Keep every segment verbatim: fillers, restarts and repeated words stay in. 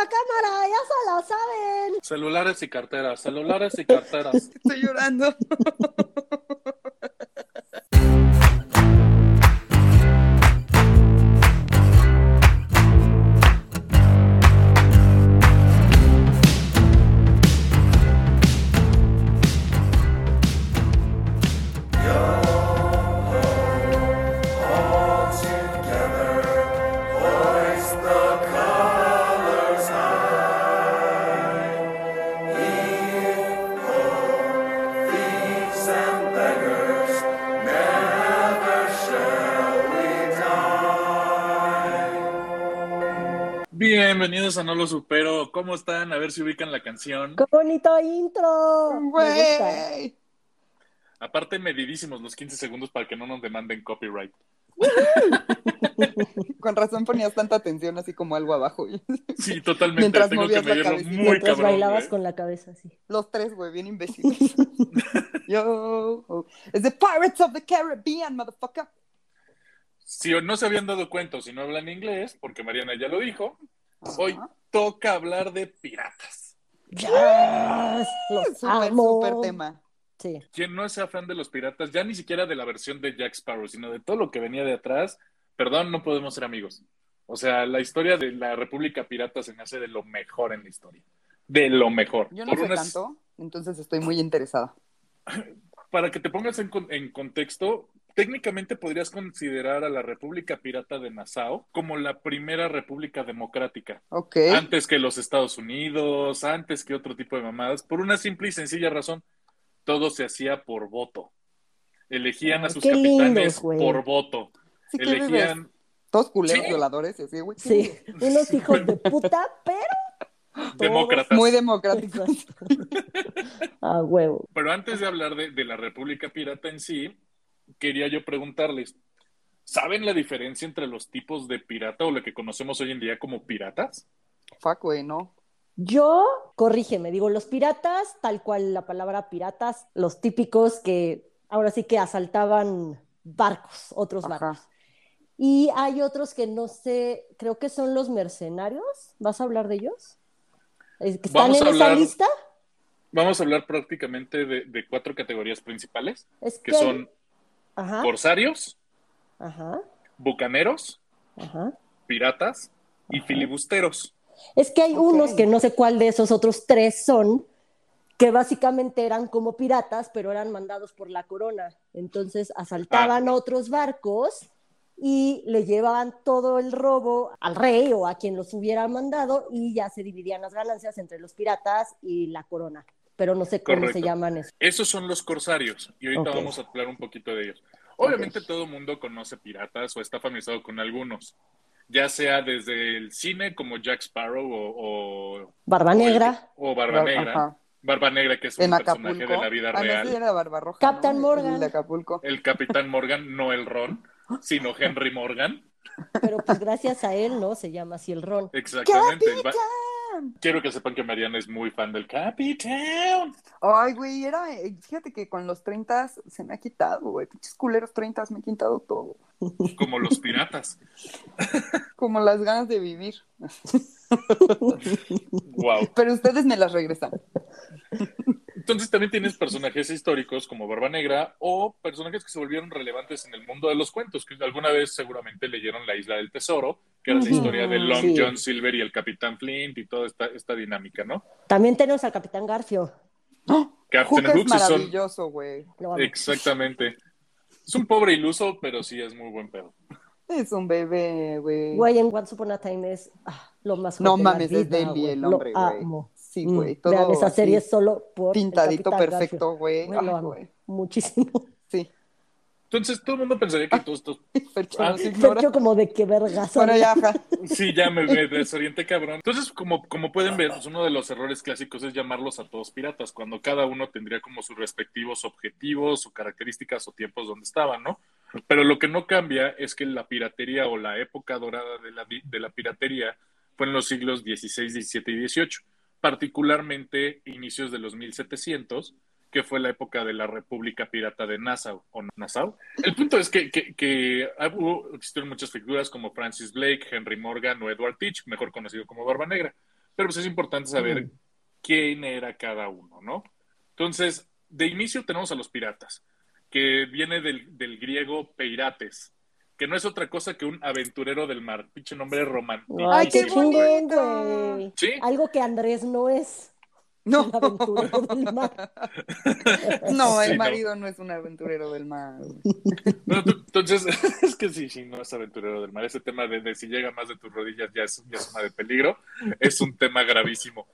la cámara, ya se lo saben. Celulares y carteras, celulares y carteras. Estoy llorando. Bienvenidos a No Lo Supero. ¿Cómo están? A ver si ubican la canción. ¡Qué bonito intro! Me gusta. Güey. Aparte, medidísimos los quince segundos para que no nos demanden copyright. Con razón ponías tanta atención así como algo abajo. Sí, totalmente. Mientras Tengo que movías la medirlo cabecita. muy Mientras cabrón. bailabas ¿eh? con la cabeza así. Los tres, güey, bien imbéciles. Yo. Oh. Es the Pirates of the Caribbean, motherfucker. Si no se habían dado cuenta o si no hablan inglés, porque Mariana ya lo dijo, Ajá. hoy toca hablar de piratas. ¡Yes! Los Súper, amo. súper tema. Sí. Quien no sea fan de los piratas, ya ni siquiera de la versión de Jack Sparrow, sino de todo lo que venía de atrás, perdón, no podemos ser amigos. O sea, la historia de la República Pirata se me hace de lo mejor en la historia. De lo mejor. Yo no Por sé unas- tanto, entonces estoy muy interesada. Para que te pongas en, con- en contexto, técnicamente podrías considerar a la República Pirata de Nassau como la primera república democrática. Ok. Antes que los Estados Unidos, antes que otro tipo de mamadas, por una simple y sencilla razón, todo se hacía por voto. Elegían Ay, a sus qué capitanes lindos, güey. por voto. Sí, ¿qué Elegían... Todos culeros, Sí. violadores y así, güey. Sí, unos hijos de puta, pero demócratas. Muy democráticos. a huevo. Pero antes de hablar de, de la República Pirata en sí, quería yo preguntarles, ¿saben la diferencia entre los tipos de pirata o lo que conocemos hoy en día como piratas? Fuck, güey, ¿no? Yo, corrígeme, digo, los piratas, tal cual la palabra piratas, los típicos que ahora sí que asaltaban barcos, otros Ajá. barcos. Y hay otros que no sé, creo que son los mercenarios. ¿Vas a hablar de ellos? ¿Es que ¿Están Vamos en a esa hablar- lista? Vamos a hablar prácticamente de, de cuatro categorías principales, Es que que son Ajá, corsarios, ajá, bucaneros, ajá. piratas y Ajá. filibusteros. Es que hay Ok. unos que no sé cuál de esos otros tres son, que básicamente eran como piratas, pero eran mandados por la corona. Entonces asaltaban otros barcos y le llevaban todo el robo al rey o a quien los hubiera mandado y ya se dividían las ganancias entre los piratas y la corona. Pero no sé cómo Correcto. se llaman eso. Esos son los corsarios y ahorita Ok. vamos a hablar un poquito de ellos. Obviamente todo el mundo conoce piratas o está familiarizado con algunos, ya sea desde el cine como Jack Sparrow o, o, Barba o el- Negra, o Barba Negra. Ajá. Barba Negra, que es un En personaje Acapulco. de la vida Ah, no, sí real. era Barbarroja, Captain ¿no? Morgan. El de Acapulco. El Capitán Morgan, no el Ron, sino Henry Morgan. pero pues gracias a él, ¿no? Se llama así el ron. Exactamente. Va- ¡Capitán! Quiero que sepan que Mariana es muy fan del Capitán. Ay, güey, era... eh, Fíjate que con los treinta se me ha quitado, güey. Pinches culeros treinta me he quitado todo. Como los piratas. Como las ganas de vivir. Wow. Pero ustedes me las regresan. Entonces también tienes personajes históricos como Barba Negra o personajes que se volvieron relevantes en el mundo de los cuentos, que alguna vez seguramente leyeron La Isla del Tesoro, que era la Ujú. historia de Long Sí. John Silver y el Capitán Flint y toda esta, esta dinámica, ¿no? También tenemos al Capitán Garfio. Captain Hook es Hook sí son... maravilloso, güey. Lo amo. Exactamente. Es un pobre iluso, pero sí es muy buen pedo. Es un bebé, güey. Güey, en Once Upon a Time es ah, lo más No hot de la mames, es vida, Deli güey. el hombre, Lo güey. amo. Sí, Mm, güey, todo Vean esa serie así, solo por el pintadito Capitán perfecto, Garfio. güey. Güey, lo Ay, amo güey. muchísimo. Sí. Entonces todo el mundo pensaría que todos estos... Fercho Ah, nos ignora. Yo como de qué vergas. Bueno, ya, ajá. Sí, ya me, me desorienté, cabrón. Entonces, como, como pueden ver, pues uno de los errores clásicos es llamarlos a todos piratas, cuando cada uno tendría como sus respectivos objetivos o características o tiempos donde estaban, ¿no? Pero lo que no cambia es que la piratería o la época dorada de la, de la piratería fue en los siglos dieciséis, diecisiete y dieciocho, particularmente inicios de los mil setecientos, que fue la época de la República Pirata de Nassau, o Nassau. El punto es que, que, que hubo, existieron muchas figuras como Francis Blake, Henry Morgan o Edward Teach, mejor conocido como Barba Negra. pero pues es importante saber Mm. quién era cada uno, ¿no? Entonces, de inicio tenemos a los piratas, que viene del, del griego peirates, que no es otra cosa que un aventurero del mar. Pinche nombre ¡Ay, qué Ay, qué romantiquísimo, güey. chingón, bonito! güey. ¿Sí? Algo que Andrés no es. No. Un aventurero del mar. No, el Sí, no. marido no es un aventurero del mar. No, tú- entonces, es que sí, sí, no es aventurero del mar. Ese tema de, de si llega más de tus rodillas ya es, ya es zona de peligro, es un tema gravísimo.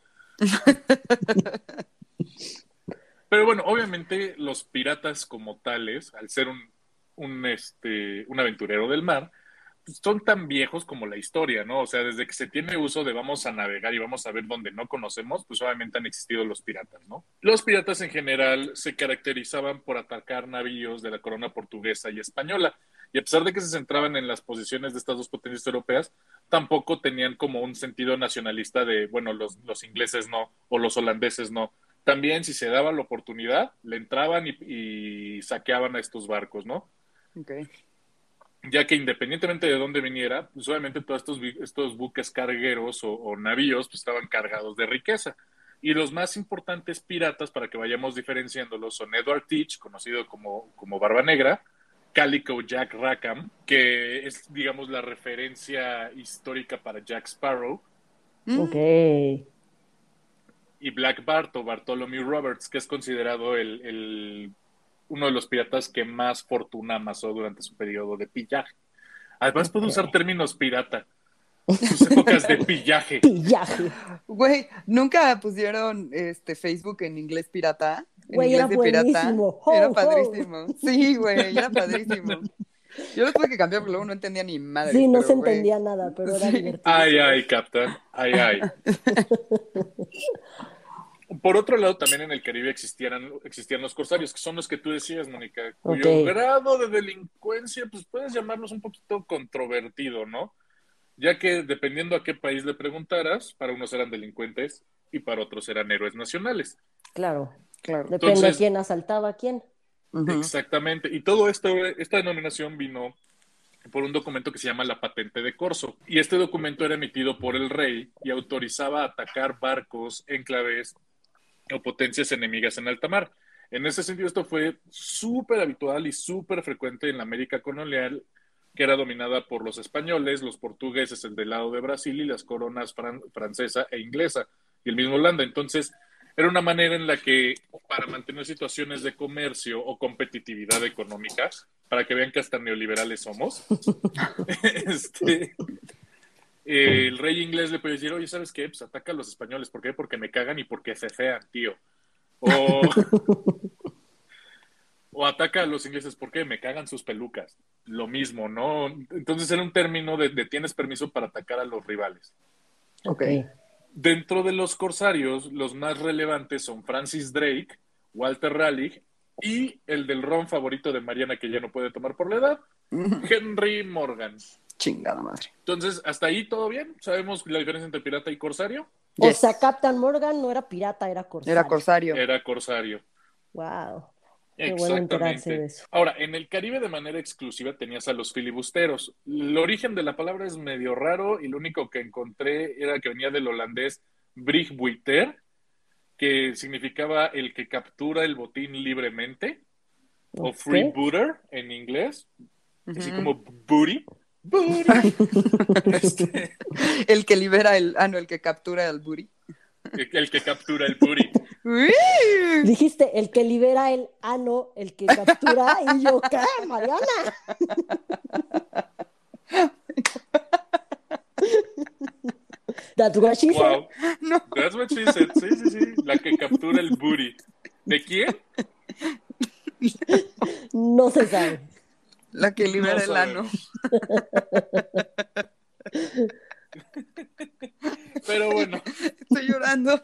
Pero bueno, obviamente los piratas como tales, al ser un, un, este, un aventurero del mar, pues son tan viejos como la historia, ¿no? O sea, desde que se tiene uso de vamos a navegar y vamos a ver donde no conocemos, pues obviamente han existido los piratas, ¿no? Los piratas en general se caracterizaban por atacar navíos de la corona portuguesa y española. Y a pesar de que se centraban en las posiciones de estas dos potencias europeas, tampoco tenían como un sentido nacionalista de, bueno, los, los ingleses no, o los holandeses no. También, si se daba la oportunidad, le entraban y, y saqueaban a estos barcos, ¿no? Okay. Ya que independientemente de dónde viniera, pues obviamente todos estos, estos buques cargueros o, o navíos pues estaban cargados de riqueza. Y los más importantes piratas, para que vayamos diferenciándolos, son Edward Teach, conocido como, como Barba Negra, Calico Jack Rackham, que es, digamos, la referencia histórica para Jack Sparrow, Mm, Ok. y Black Bart o Bartholomew Roberts, que es considerado el, el, uno de los piratas que más fortuna amasó durante su periodo de pillaje. Además, puedo usar Ok. términos pirata. Sus épocas de pillaje. Pillaje. Güey, ¿nunca pusieron este Facebook en inglés pirata? En Güey, era inglés de pirata. buenísimo. Ho, Era ho. padrísimo. Sí, güey, era padrísimo. Yo lo tuve que cambiar porque luego no entendía ni madres, Sí, no pero se güey. entendía nada, pero era Sí. Ay, divertidísimo. ay, Captain. Ay, ay. Por otro lado, también en el Caribe existían, existían los corsarios, que son los que tú decías, Mónica, cuyo Ok. grado de delincuencia, pues puedes llamarlos un poquito controvertido, ¿no? Ya que dependiendo a qué país le preguntaras, para unos eran delincuentes y para otros eran héroes nacionales. Claro. Claro. Depende de Entonces, quién asaltaba a quién. Ujú. exactamente. Y todo esto, esta denominación vino por un documento que se llama la Patente de Corso. Y este documento era emitido por el rey y autorizaba atacar barcos, enclaves o potencias enemigas en alta mar. En ese sentido, esto fue súper habitual y súper frecuente en la América colonial, que era dominada por los españoles, los portugueses, el del lado de Brasil y las coronas fran francesa e inglesa y el mismo Holanda. Entonces, era una manera en la que, para mantener situaciones de comercio o competitividad económica, para que vean que hasta neoliberales somos, este, eh, el rey inglés le puede decir, oye, ¿sabes qué? Pues ataca a los españoles. ¿Por qué? Porque me cagan y porque cefean, tío. O, o ataca a los ingleses. ¿Por qué? Me cagan sus pelucas. Lo mismo, ¿no? Entonces era un término de, de tienes permiso para atacar a los rivales. Ok. Dentro de los corsarios, los más relevantes son Francis Drake, Walter Raleigh y el del ron favorito de Mariana, que ya no puede tomar por la edad, Henry Morgan. Chingada madre. Entonces, hasta ahí todo bien. ¿Sabemos la diferencia entre pirata y corsario? O Yes. sea, Captain Morgan no era pirata, era corsario. Era corsario. Era corsario. Wow. Qué bueno enterarse de Exactamente. eso. Ahora, en el Caribe de manera exclusiva tenías a los filibusteros. El origen de la palabra es medio raro y lo único que encontré era que venía del holandés Vrijbuiter, que significaba el que captura el botín libremente, o Ok. freebooter en inglés, Ujú. así como booty. Booty. Este, El que libera el. Ah, no, el que captura el booty. el, el que captura el booty. Uy. Dijiste, el que libera el ano, el que captura, y yo, ¿qué, Mariana? That's what she said. Wow. No. That's what she said. Sí, sí, sí. La que captura el booty. ¿De quién? No se sabe. La que libera No el ano. sabemos. Pero bueno, Estoy llorando.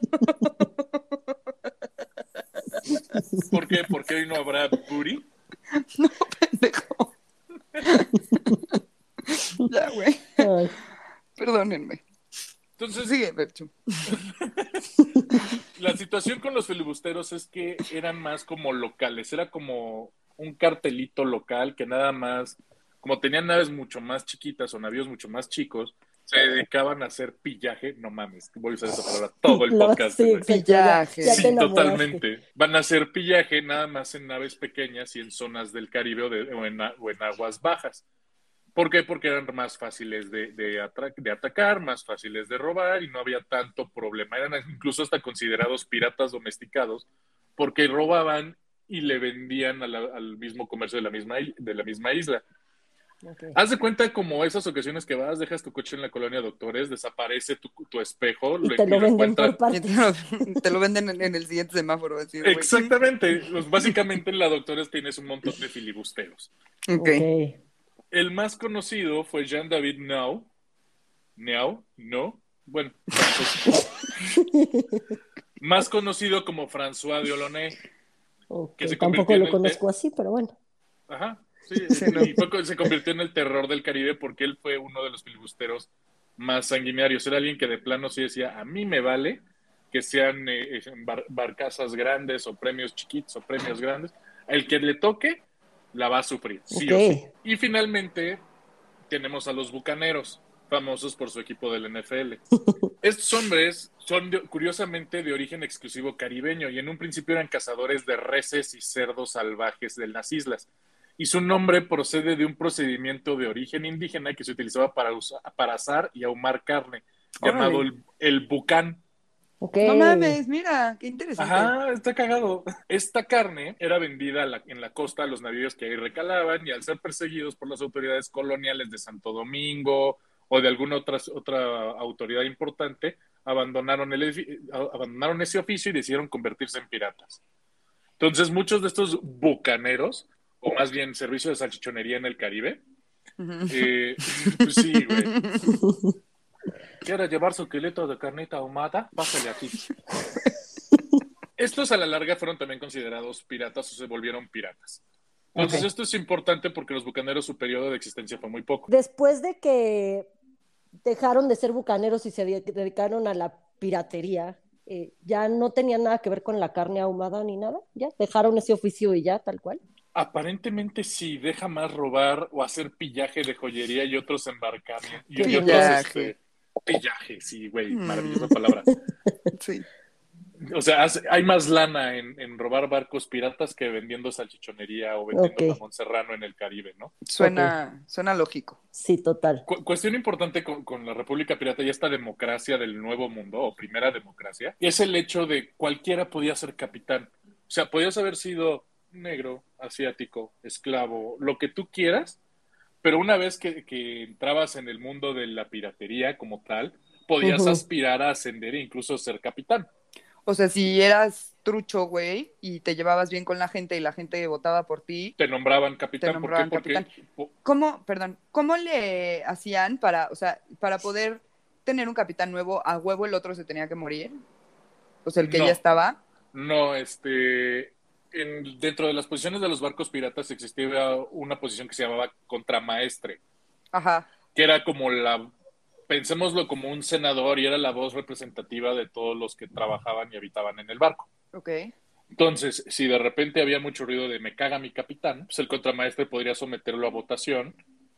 ¿por qué? ¿Por qué hoy no habrá booty? No, pendejo. Ya, güey. Ay, Perdónenme. Entonces, Sigue, Berchu. la situación con los filibusteros es que eran más como locales, era como un cartelito local que nada más, como tenían naves mucho más chiquitas o navíos mucho más chicos, se dedicaban a hacer pillaje, no mames, voy a usar esa palabra todo el Lo- podcast. sí, güey. exacto, ya- Pillaje. ya te Sí, enamoraste. totalmente. Van a hacer pillaje nada más en naves pequeñas y en zonas del Caribe o, de- o en, a- o en aguas bajas. ¿Por qué? Porque eran más fáciles de, de, atra- de atacar, más fáciles de robar y no había tanto problema. Eran incluso hasta considerados piratas domesticados porque robaban y le vendían a la- al mismo comercio de la misma, i- de la misma isla. Ok. Haz de cuenta como esas ocasiones que vas, dejas tu coche en la colonia Doctores, desaparece tu, tu espejo Y lo, te lo venden encuentras. por Y te partes. lo, te lo venden en, en el siguiente semáforo, así de, güey. Exactamente. Pues básicamente en la Doctores tienes un montón de filibusteros. Ok. Ok. El más conocido fue Jean-David Nau. Nau, no. Bueno, francés. Más conocido como François de Olonné, Ok, que se tampoco convirtió en lo el conozco te- así, pero bueno. Ajá, sí, Sí, no. y fue- se convirtió en el terror del Caribe porque él fue uno de los filibusteros más sanguinarios. Era alguien que de plano sí decía, a mí me vale que sean eh, bar- barcazas grandes o premios chiquitos o premios grandes. El que le toque la va a sufrir, sí Ok. o sí. Y finalmente tenemos a los Bucaneros, famosos por su equipo del N F L. Estos hombres son de- curiosamente de origen exclusivo caribeño y en un principio eran cazadores de reses y cerdos salvajes de las islas. Y su nombre procede de un procedimiento de origen indígena que se utilizaba para, usa- para asar y ahumar carne, llamado Órale. el, el bucán. Ok. No mames, mira, qué interesante. Ajá, está cagado. Esta carne era vendida a la- en la costa a los navíos que ahí recalaban y al ser perseguidos por las autoridades coloniales de Santo Domingo o de alguna otra, otra autoridad importante, abandonaron, el, edifi- a- abandonaron ese oficio y decidieron convertirse en piratas. Entonces, muchos de estos bucaneros, o más bien servicio de salchichonería en el Caribe, Ujú. eh, pues sí, güey. ¿Quiere llevar su kilito de carnita ahumada? Pásale aquí. Estos a la larga fueron también considerados piratas o se volvieron piratas. Entonces Ok. esto es importante porque los bucaneros su periodo de existencia fue muy poco. Después de que dejaron de ser bucaneros y se de- dedicaron a la piratería, eh, ya no tenían nada que ver con la carne ahumada ni nada, ya dejaron ese oficio y ya, tal cual. Aparentemente sí, deja más robar o hacer pillaje de joyería y otros embarcamientos. Y, y otros, Pillaje. este, pillaje, sí, güey, Mm. maravillosa palabra. Sí. O sea, hace- hay más lana en, en robar barcos piratas que vendiendo salchichonería o vendiendo Ok. jamón serrano en el Caribe, ¿no? Suena, suena lógico. Sí, total. Cu- cuestión importante con, con la República Pirata y esta democracia del Nuevo Mundo, o primera democracia, es el hecho de cualquiera podía ser capitán. O sea, podías haber sido negro, asiático, esclavo, lo que tú quieras, pero una vez que, que entrabas en el mundo de la piratería como tal, podías Ujú. aspirar a ascender e incluso ser capitán. O sea, si eras trucho, güey, y te llevabas bien con la gente y la gente votaba por ti, Te nombraban te capitán. nombraban ¿Por qué? capitán. Porque po- ¿Cómo, perdón, cómo le hacían para, o sea, para poder tener un capitán nuevo, a huevo el otro se tenía que morir? O sea, el que no, ya estaba. no, este, en- dentro de las posiciones de los barcos piratas existía una posición que se llamaba contramaestre, Ajá. que era como la, pensémoslo como un senador y era la voz representativa de todos los que trabajaban y habitaban en el barco. Ok. Entonces, si de repente había mucho ruido de me caga mi capitán, pues el contramaestre podría someterlo a votación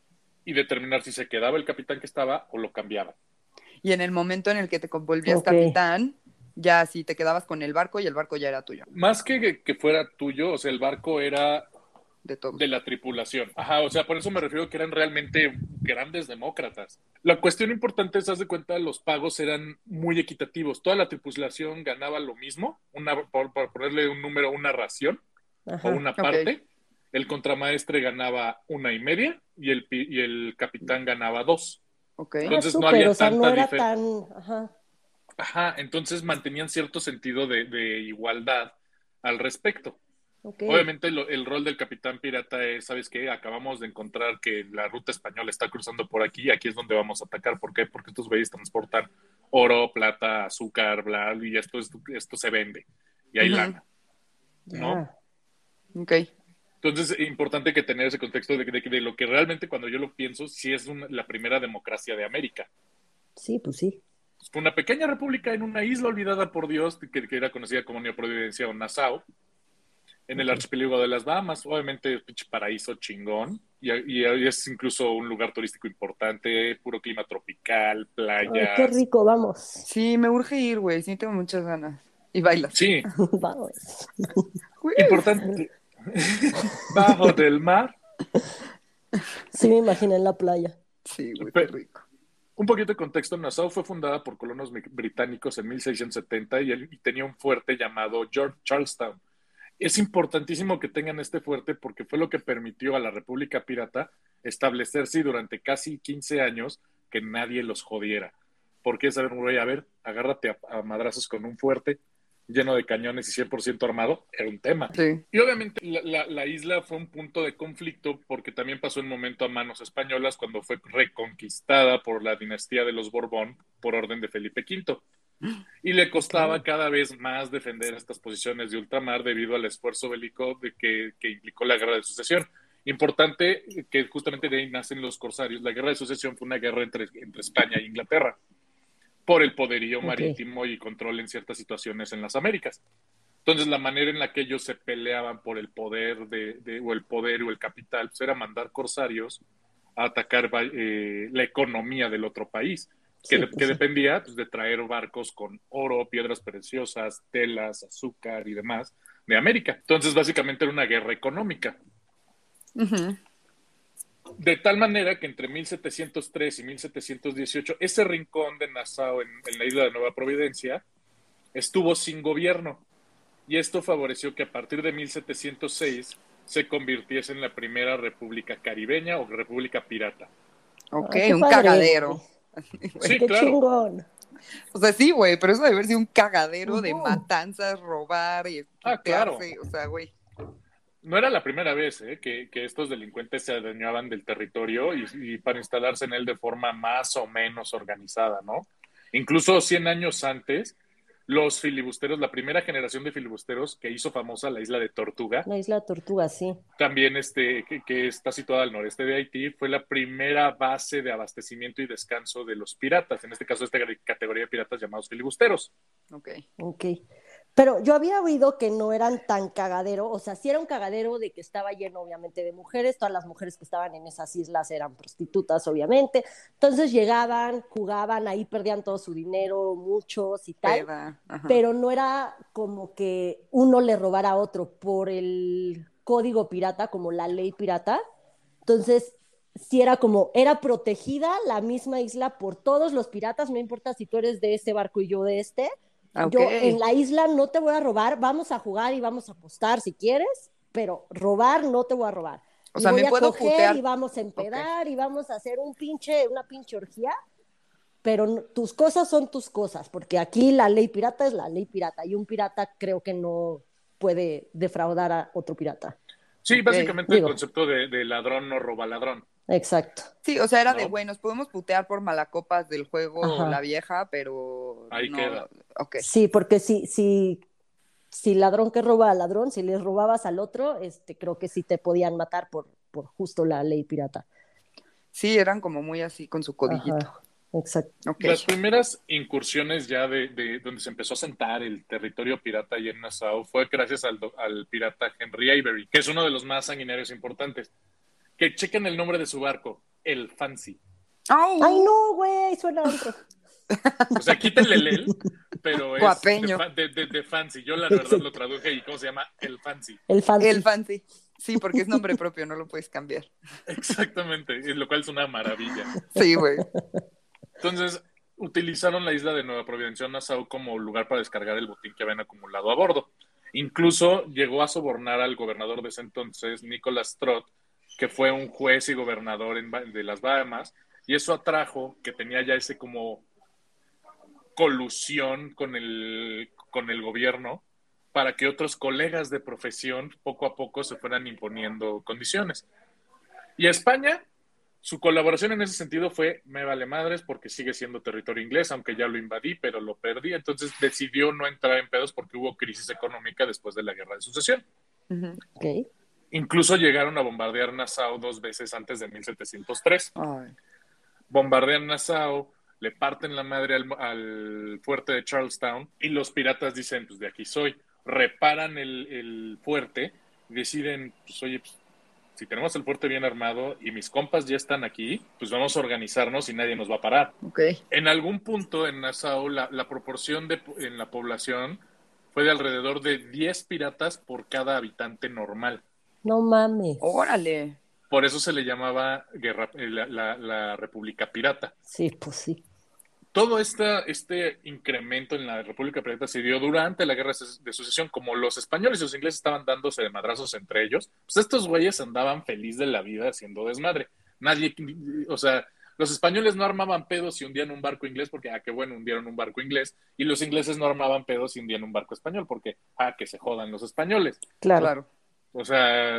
y determinar si se quedaba el capitán que estaba o lo cambiaba. Y en el momento en el que te volvías Ok. capitán, ya sí te quedabas con el barco y el barco ya era tuyo, Más que que fuera tuyo, o sea, el barco era de todo. de la tripulación. Ajá, o sea, por eso me refiero que eran realmente grandes demócratas. La cuestión importante es, haz de cuenta, los pagos eran muy equitativos. Toda la tripulación ganaba lo mismo, una, por, por ponerle un número, una ración Ajá. o una Ok. parte. El contramaestre ganaba una y media y el, pi- y el capitán ganaba dos. Ok. Ah, Entonces no súper, había o sea, no tanta era difer- tan, ajá. Ajá, entonces mantenían cierto sentido de, de igualdad al respecto. Ok. Obviamente lo- el rol del capitán pirata es, ¿sabes qué? Acabamos de encontrar que la ruta española está cruzando por aquí, aquí es donde vamos a atacar. ¿Por qué? Porque estos güeyes transportan oro, plata, azúcar, bla, y esto, es- esto se vende. Y hay Ujú. lana, ¿no? Ya. Ok. Entonces es importante que tener ese contexto de, de, de lo que realmente cuando yo lo pienso, sí es una- la primera democracia de América. Sí, pues sí. Fue una pequeña república en una isla olvidada por Dios, que, que era conocida como Neoprovidencia o Nassau, en el Ok. archipiélago de las Bahamas. Obviamente, pinche paraíso chingón. Y, y es incluso un lugar turístico importante, puro clima tropical, Ay, qué playas. rico, vamos. Sí, me urge ir, güey. Sí, tengo muchas ganas. Y bailas. Sí, Vamos. Güey. importante. Bajo del mar. Sí me imaginé en la playa. Sí, güey, qué Pe- rico. Un poquito de contexto, Nassau fue fundada por colonos mi- británicos en mil seiscientos setenta y, el- y tenía un fuerte llamado George Charlestown. Es importantísimo que tengan este fuerte porque fue lo que permitió a la República Pirata establecerse y durante casi quince años que nadie los jodiera. Porque saber, güey, a ver, agárrate a, a madrazos con un fuerte lleno de cañones y cien por ciento armado, era un tema. Sí. Y obviamente la, la, la isla fue un punto de conflicto porque también pasó un momento a manos españolas cuando fue reconquistada por la dinastía de los Borbón por orden de Felipe quinto. Y le costaba cada vez más defender estas posiciones de ultramar debido al esfuerzo bélico de que, que implicó la guerra de sucesión. Importante que justamente de ahí nacen los corsarios. La guerra de sucesión fue una guerra entre, entre España e Inglaterra por el poderío Ok. marítimo y control en ciertas situaciones en las Américas. Entonces, la manera en la que ellos se peleaban por el poder de, de, o el poder o el capital pues era mandar corsarios a atacar eh, la economía del otro país, que, Sí, de, pues que sí. dependía pues, de traer barcos con oro, piedras preciosas, telas, azúcar y demás de América. Entonces, básicamente era una guerra económica. Ujú. De tal manera que entre mil setecientos tres y mil setecientos dieciocho, ese rincón de Nassau en, en la isla de Nueva Providencia estuvo sin gobierno. Y esto favoreció que a partir de mil setecientos seis se convirtiese en la primera república caribeña o república pirata. Ok, Ay, qué un padre, cagadero. güey. Sí, Qué claro. chingón. O sea, sí, güey, pero eso debe haber sido un cagadero de Ujú. matanzas, robar y Ah, claro. putearse. O sea, güey. No era la primera vez ¿eh? que, que estos delincuentes se adueñaban del territorio y, y para instalarse en él de forma más o menos organizada, ¿no? Incluso cien años antes, los filibusteros, la primera generación de filibusteros que hizo famosa la isla de Tortuga, La isla Tortuga, sí. también este, que, que está situada al noreste de Haití, fue la primera base de abastecimiento y descanso de los piratas, en este caso esta categoría de piratas llamados filibusteros. Ok. Ok. Pero yo había oído que no eran tan cagadero, o sea, sí era un cagadero de que estaba lleno obviamente de mujeres, todas las mujeres que estaban en esas islas eran prostitutas obviamente, entonces llegaban, jugaban, ahí perdían todo su dinero, muchos y tal, Peda. Ajá. pero no era como que uno le robara a otro por el código pirata, como la ley pirata, entonces sí era como, era protegida la misma isla por todos los piratas, no importa si tú eres de este barco y yo de este, Ok. yo en la isla no te voy a robar, vamos a jugar y vamos a apostar si quieres, pero robar no te voy a robar. O Y sea, voy me a puedo coger y putear. vamos a Ok. empedar y vamos a hacer un pinche, una pinche orgía, pero no- tus cosas son tus cosas, porque aquí la ley pirata es la ley pirata y un pirata creo que no puede defraudar a otro pirata. Sí, Ok. básicamente el Digo, concepto de, de ladrón no roba ladrón, exacto. Sí, o sea, era de, ¿no? güey, nos podemos putear por malacopas del juego La Ajá. Vieja, pero Ahí no, queda. no. Ok. Sí, porque si, si, si ladrón que roba a ladrón, si les robabas al otro, este, creo que sí te podían matar por, por justo la ley pirata. Sí, eran como muy así con su codiguito. Ajá, exacto. Ok. Las primeras incursiones ya de, de donde se empezó a sentar el territorio pirata allá en Nassau fue gracias al, do- al pirata Henry Avery, que es uno de los más sanguinarios importantes. Que chequen el nombre de su barco, el Fancy. ¡Au! Ay, no, güey, suena a antro. O sea, quítenle el el, pero es de, Guapeño. fa- de, de- de Fancy. Yo la verdad lo traduje y ¿cómo se llama? El Fancy. El fancy. El fancy. Sí, porque es nombre propio, no lo puedes cambiar. Exactamente, y lo cual es una maravilla. Sí, güey. Entonces, utilizaron la isla de Nueva Providencia, Nassau, como lugar para descargar el botín que habían acumulado a bordo. Incluso llegó a sobornar al gobernador de ese entonces, Nicholas Trott, que fue un juez y gobernador en, de las Bahamas, y eso atrajo que tenía ya ese como colusión con el, con el gobierno para que otros colegas de profesión poco a poco se fueran imponiendo condiciones. Y a España, su colaboración en ese sentido fue, me vale madres porque sigue siendo territorio inglés, aunque ya lo invadí, pero lo perdí. Entonces decidió no entrar en pedos porque hubo crisis económica después de la guerra de sucesión. Ujú. Ok. Incluso llegaron a bombardear Nassau dos veces antes de mil setecientos tres. Ay. Bombardean Nassau, le parten la madre al, al fuerte de Charlestown y los piratas dicen, pues de aquí soy. Reparan el, el fuerte deciden, pues oye, pues, si tenemos el fuerte bien armado y mis compas ya están aquí, pues vamos a organizarnos y nadie nos va a parar. Okay. En algún punto en Nassau la, la proporción de, en la población fue de alrededor de diez piratas por cada habitante normal. No mames. Órale. Por eso se le llamaba guerra, la, la, la República Pirata. Sí, pues sí. Todo esta, este incremento en la República Pirata se dio durante la Guerra de Sucesión. Como los españoles y los ingleses estaban dándose de madrazos entre ellos, pues estos güeyes andaban feliz de la vida haciendo desmadre. Nadie, o sea, los españoles no armaban pedos si hundían un barco inglés porque, ah, qué bueno, hundieron un barco inglés. Y los ingleses no armaban pedos si hundían un barco español porque, ah, que se jodan los españoles. Claro. Claro. O sea,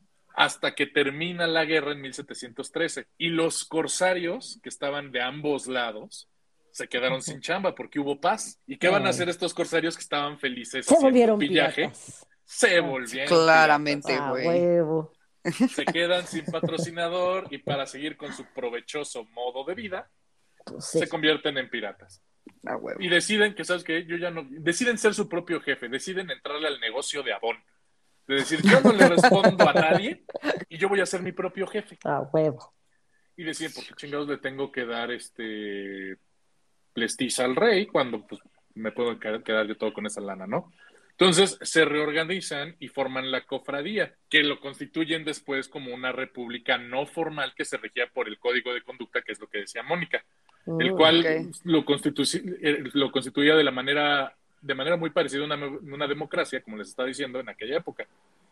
hasta que termina la guerra en mil setecientos trece. Y los corsarios, que estaban de ambos lados, se quedaron uh-huh. sin chamba porque hubo paz. ¿Y qué Ay. van a hacer estos corsarios que estaban felices se haciendo volvieron pillaje? Piratas. Se volvieron Claramente, güey. Ah, huevo. Se quedan sin patrocinador y para seguir con su provechoso modo de vida, pues sí. se convierten en piratas. Ah, huevo. Y deciden que, ¿sabes qué? Yo ya no... Deciden ser su propio jefe, deciden entrarle al negocio de Avon. De decir, yo no le respondo a nadie y yo voy a ser mi propio jefe. Ah, huevo. Y deciden, ¿por qué chingados le tengo que dar este prestigio al rey cuando pues me puedo quedar yo todo con esa lana, ¿no? Entonces se reorganizan y forman la cofradía, que lo constituyen después como una república no formal que se regía por el código de conducta, que es lo que decía Mónica, mm, el cual okay. lo, constitu- lo constituía de la manera, de manera muy parecida a una, una democracia, como les estaba diciendo, en aquella época.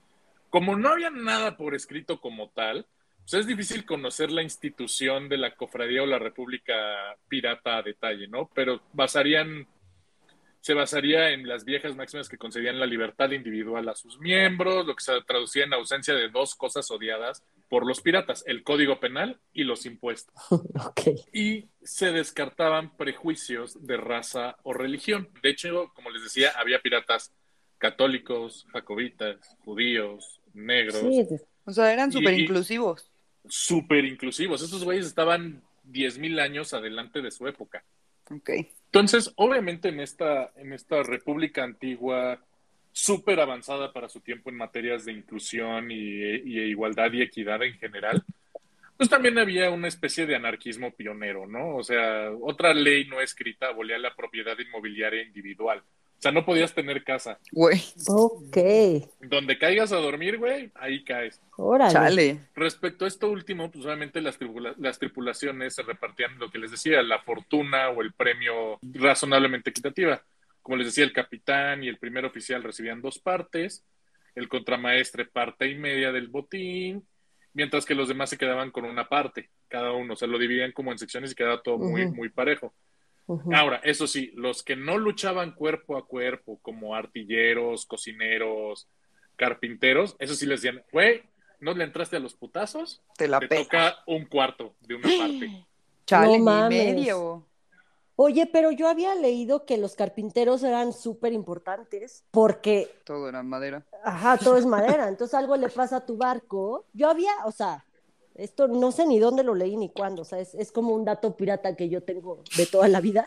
Como no había nada por escrito como tal, pues es difícil conocer la institución de la cofradía o la república pirata a detalle, ¿no? Pero basarían... se basaría en las viejas máximas que concedían la libertad individual a sus miembros, lo que se traducía en ausencia de dos cosas odiadas por los piratas, el código penal y los impuestos. Okay. Y se descartaban prejuicios de raza o religión. De hecho, como les decía, había piratas católicos, jacobitas, judíos, negros. Sí. O sea, eran súper inclusivos. Súper inclusivos. Estos güeyes estaban diez mil años adelante de su época. Ok. Entonces, obviamente en esta, en esta república antigua, súper avanzada para su tiempo en materias de inclusión y, y igualdad y equidad en general, pues también había una especie de anarquismo pionero, ¿no? O sea, otra ley no escrita abolía la propiedad inmobiliaria individual. O sea, no podías tener casa. Güey. Ok. Donde caigas a dormir, güey, ahí caes. Órale. Chale. Respecto a esto último, pues obviamente las, tripula- las tripulaciones se repartían lo que les decía, la fortuna o el premio razonablemente equitativa. Como les decía, el capitán y el primer oficial recibían dos partes, el contramaestre parte y media del botín, mientras que los demás se quedaban con una parte, cada uno. O sea, lo dividían como en secciones y quedaba todo muy, uh-huh. muy parejo. Uh-huh. Ahora, eso sí, los que no luchaban cuerpo a cuerpo, como artilleros, cocineros, carpinteros, eso sí les decían, güey, ¿no le entraste a los putazos? Te la Te pega. toca un cuarto de una parte. Chale, No ni mames. medio. Oye, pero yo había leído que los carpinteros eran súper importantes porque... Todo era madera. Ajá, todo es madera. Entonces algo le pasa a tu barco. Yo había, o sea, esto no sé ni dónde lo leí ni cuándo. O sea, es, es como un dato pirata que yo tengo de toda la vida.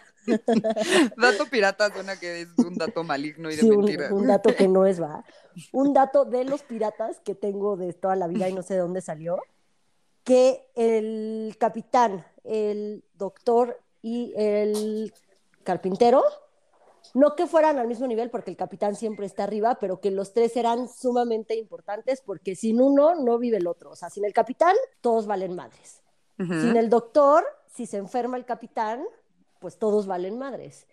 Dato pirata suena que es un dato maligno y de sí, mentira. Un, un dato que no es, va. Un dato de los piratas que tengo de toda la vida y no sé de dónde salió. Que el capitán, el doctor y el carpintero, no que fueran al mismo nivel porque el capitán siempre está arriba, pero que los tres eran sumamente importantes porque sin uno no vive el otro. O sea, sin el capitán, todos valen madres. Uh-huh. Sin el doctor, si se enferma el capitán, pues todos valen madres.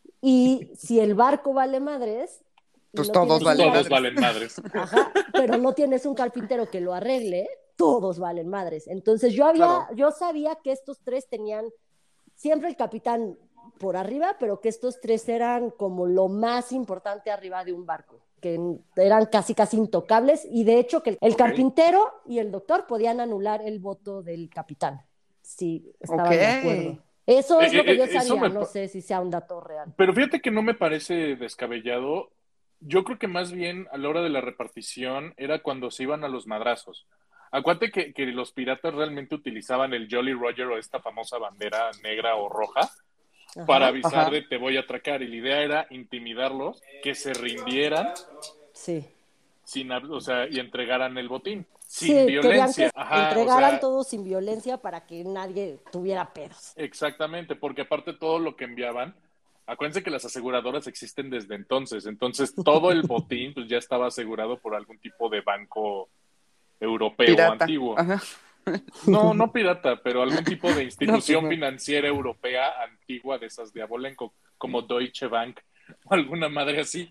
Y si el barco vale madres... Pues no todos, valen, todos madres. valen madres. Ajá, pero no tienes un carpintero que lo arregle, todos valen madres. Entonces yo había, Claro. yo sabía que estos tres tenían siempre el capitán por arriba, pero que estos tres eran como lo más importante arriba de un barco, que eran casi casi intocables, y de hecho que el, el Ok. carpintero y el doctor podían anular el voto del capitán, si estaban Ok. de acuerdo. Eso es Eh, lo que eh, yo eso sabía, me no pa- sé si sea un dato real. Pero fíjate que no me parece descabellado. Yo creo que más bien a la hora de la repartición era cuando se iban a los madrazos. Acuérdate que, que los piratas realmente utilizaban el Jolly Roger o esta famosa bandera negra o roja Ajá. para avisar Ajá. de te voy a atracar. Y la idea era intimidarlos, que se rindieran Sí. sin, o sea, y entregaran el botín sin Sí, querían violencia. que Ajá, entregaran o sea, todo sin violencia para que nadie tuviera pedos. exactamente, porque aparte todo lo que enviaban, acuérdense que las aseguradoras existen desde entonces, entonces todo el botín pues ya estaba asegurado por algún tipo de banco europeo Pirata. antiguo. Ajá. No, no pirata, pero algún tipo de institución No, pues no. financiera europea antigua de esas de Abolenco, como Deutsche Bank o alguna madre así.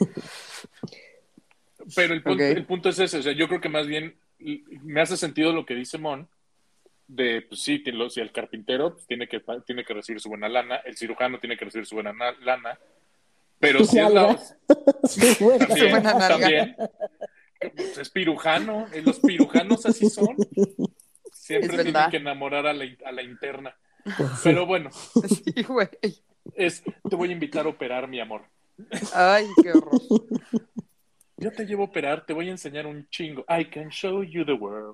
Pero el punto, Ok. el punto es ese, o sea, yo creo que más bien me hace sentido lo que dice Mon, de, pues sí, si el carpintero pues, tiene, que, tiene que recibir su buena lana, el cirujano tiene que recibir su buena lana, pero si es la... Su buena. También, Su buena nalga. también, pues es pirujano, los pirujanos así son. Siempre Es tienen verdad. que enamorar a la, a la interna. Pues sí. Pero bueno, Sí, güey. es, te voy a invitar a operar, mi amor. Ay, qué horror. Yo te llevo a operar, te voy a enseñar un chingo. I can show you the world.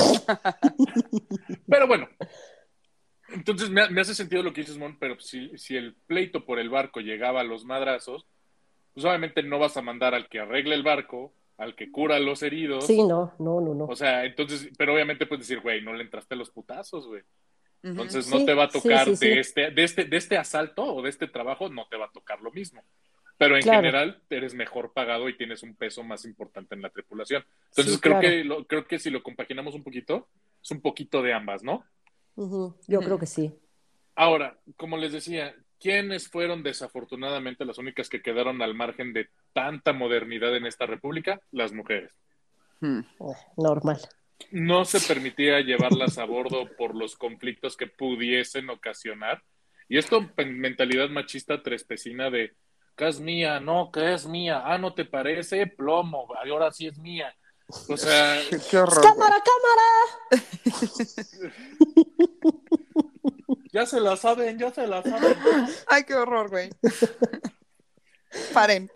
Pero bueno, entonces me, me hace sentido lo que dices, Mon, pero si, si el pleito por el barco llegaba a los madrazos, pues obviamente no vas a mandar al que arregle el barco, al que cura a los heridos. Sí, no, no, no, no. O sea, entonces, pero obviamente puedes decir, güey, no le entraste a los putazos, güey. Entonces Sí, no te va a sí, tocar sí, sí. de este, de este, de este asalto o de este trabajo, no te va a tocar lo mismo. Pero en Claro. general eres mejor pagado y tienes un peso más importante en la tripulación. Entonces Sí, creo claro. que lo, creo que si lo compaginamos un poquito, es un poquito de ambas, ¿no? Ujú, Yo Ujú. creo que sí. Ahora, como les decía, ¿quiénes fueron desafortunadamente las únicas que quedaron al margen de tanta modernidad en esta república? Las mujeres. Hmm. Eh, Normal. No se permitía llevarlas a bordo por los conflictos que pudiesen ocasionar. Y esto, mentalidad machista trespecina de, que es mía, no, que es mía, ah, no te parece, plomo, ahora sí es mía. O sea, Qué, qué horror, güey. ¡Cámara, cámara! ya se la saben, ya se la saben. Ay, qué horror, güey. Paren.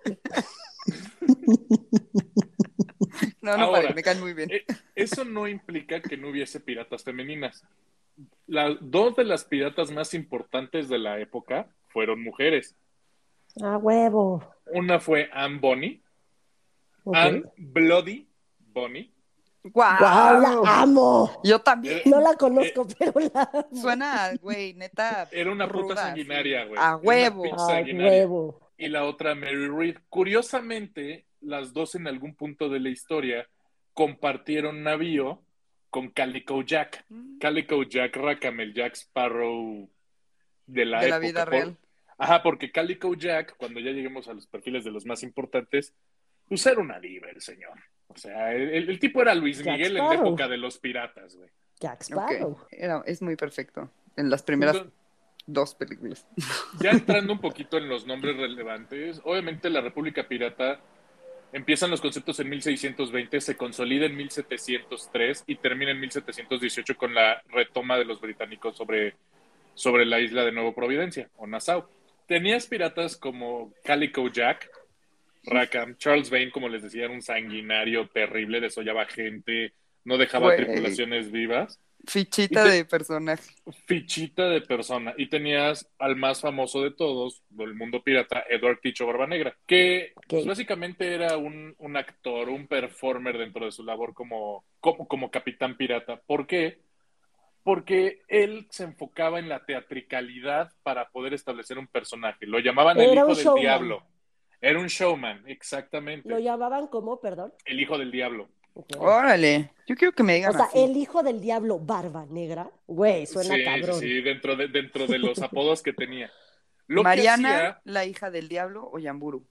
No, no Ahora, paren, me caen muy bien. eh, eso no implica que no hubiese piratas femeninas. Las dos de las piratas más importantes de la época fueron mujeres. ¡A huevo! Una fue Anne Bonny, Ok. Anne Bloody Bonny. ¡Guau! ¡Guau, la amo! Yo también. No la conozco, pero la amo. Suena, güey, neta. Era una puta ruda, sanguinaria, sí. güey. A Era una huevo. pinche ¡A sanguinaria. huevo! Y la otra, Mary Read. Curiosamente, las dos en algún punto de la historia compartieron navío con Calico Jack. Mm. Calico Jack Rackham, el Jack Sparrow de la De la época. vida Por- real. Ajá, porque Calico Jack, cuando ya lleguemos a los perfiles de los más importantes, pues era una diva el señor. O sea, el, el tipo era Luis Jack Miguel en la Sparrow. época de los piratas, güey. Jack Ok. Sparrow. Era, es muy perfecto. En las primeras Entonces, dos películas. ya entrando un poquito en los nombres relevantes, obviamente la República Pirata empiezan los conceptos en mil seiscientos veinte, se consolida en mil setecientos tres y termina en mil setecientos dieciocho con la retoma de los británicos sobre, sobre la isla de Nueva Providencia, o Nassau. Tenías piratas como Calico Jack, Rackham, Charles Vane, como les decía, era un sanguinario terrible, desollaba gente, no dejaba Güey. tripulaciones vivas. Fichita Y te- de personaje. Fichita de persona. Y tenías al más famoso de todos, del mundo pirata, Edward Ticho Barbanegra, que pues, Ok. básicamente era un, un actor, un performer dentro de su labor como, como, como capitán pirata. ¿Por qué? Porque él se enfocaba en la teatricalidad para poder establecer un personaje. Lo llamaban el Era hijo un del showman. diablo. Era un showman, exactamente. Lo llamaban como, perdón. El hijo del diablo. Ok. Órale. Yo quiero que me O digan sea, así. el hijo del diablo, Barba Negra. Güey, suena sí, cabrón. sí, sí, dentro de, dentro de los apodos que tenía. Lo Mariana, que hacía, la hija del diablo o Yamburu.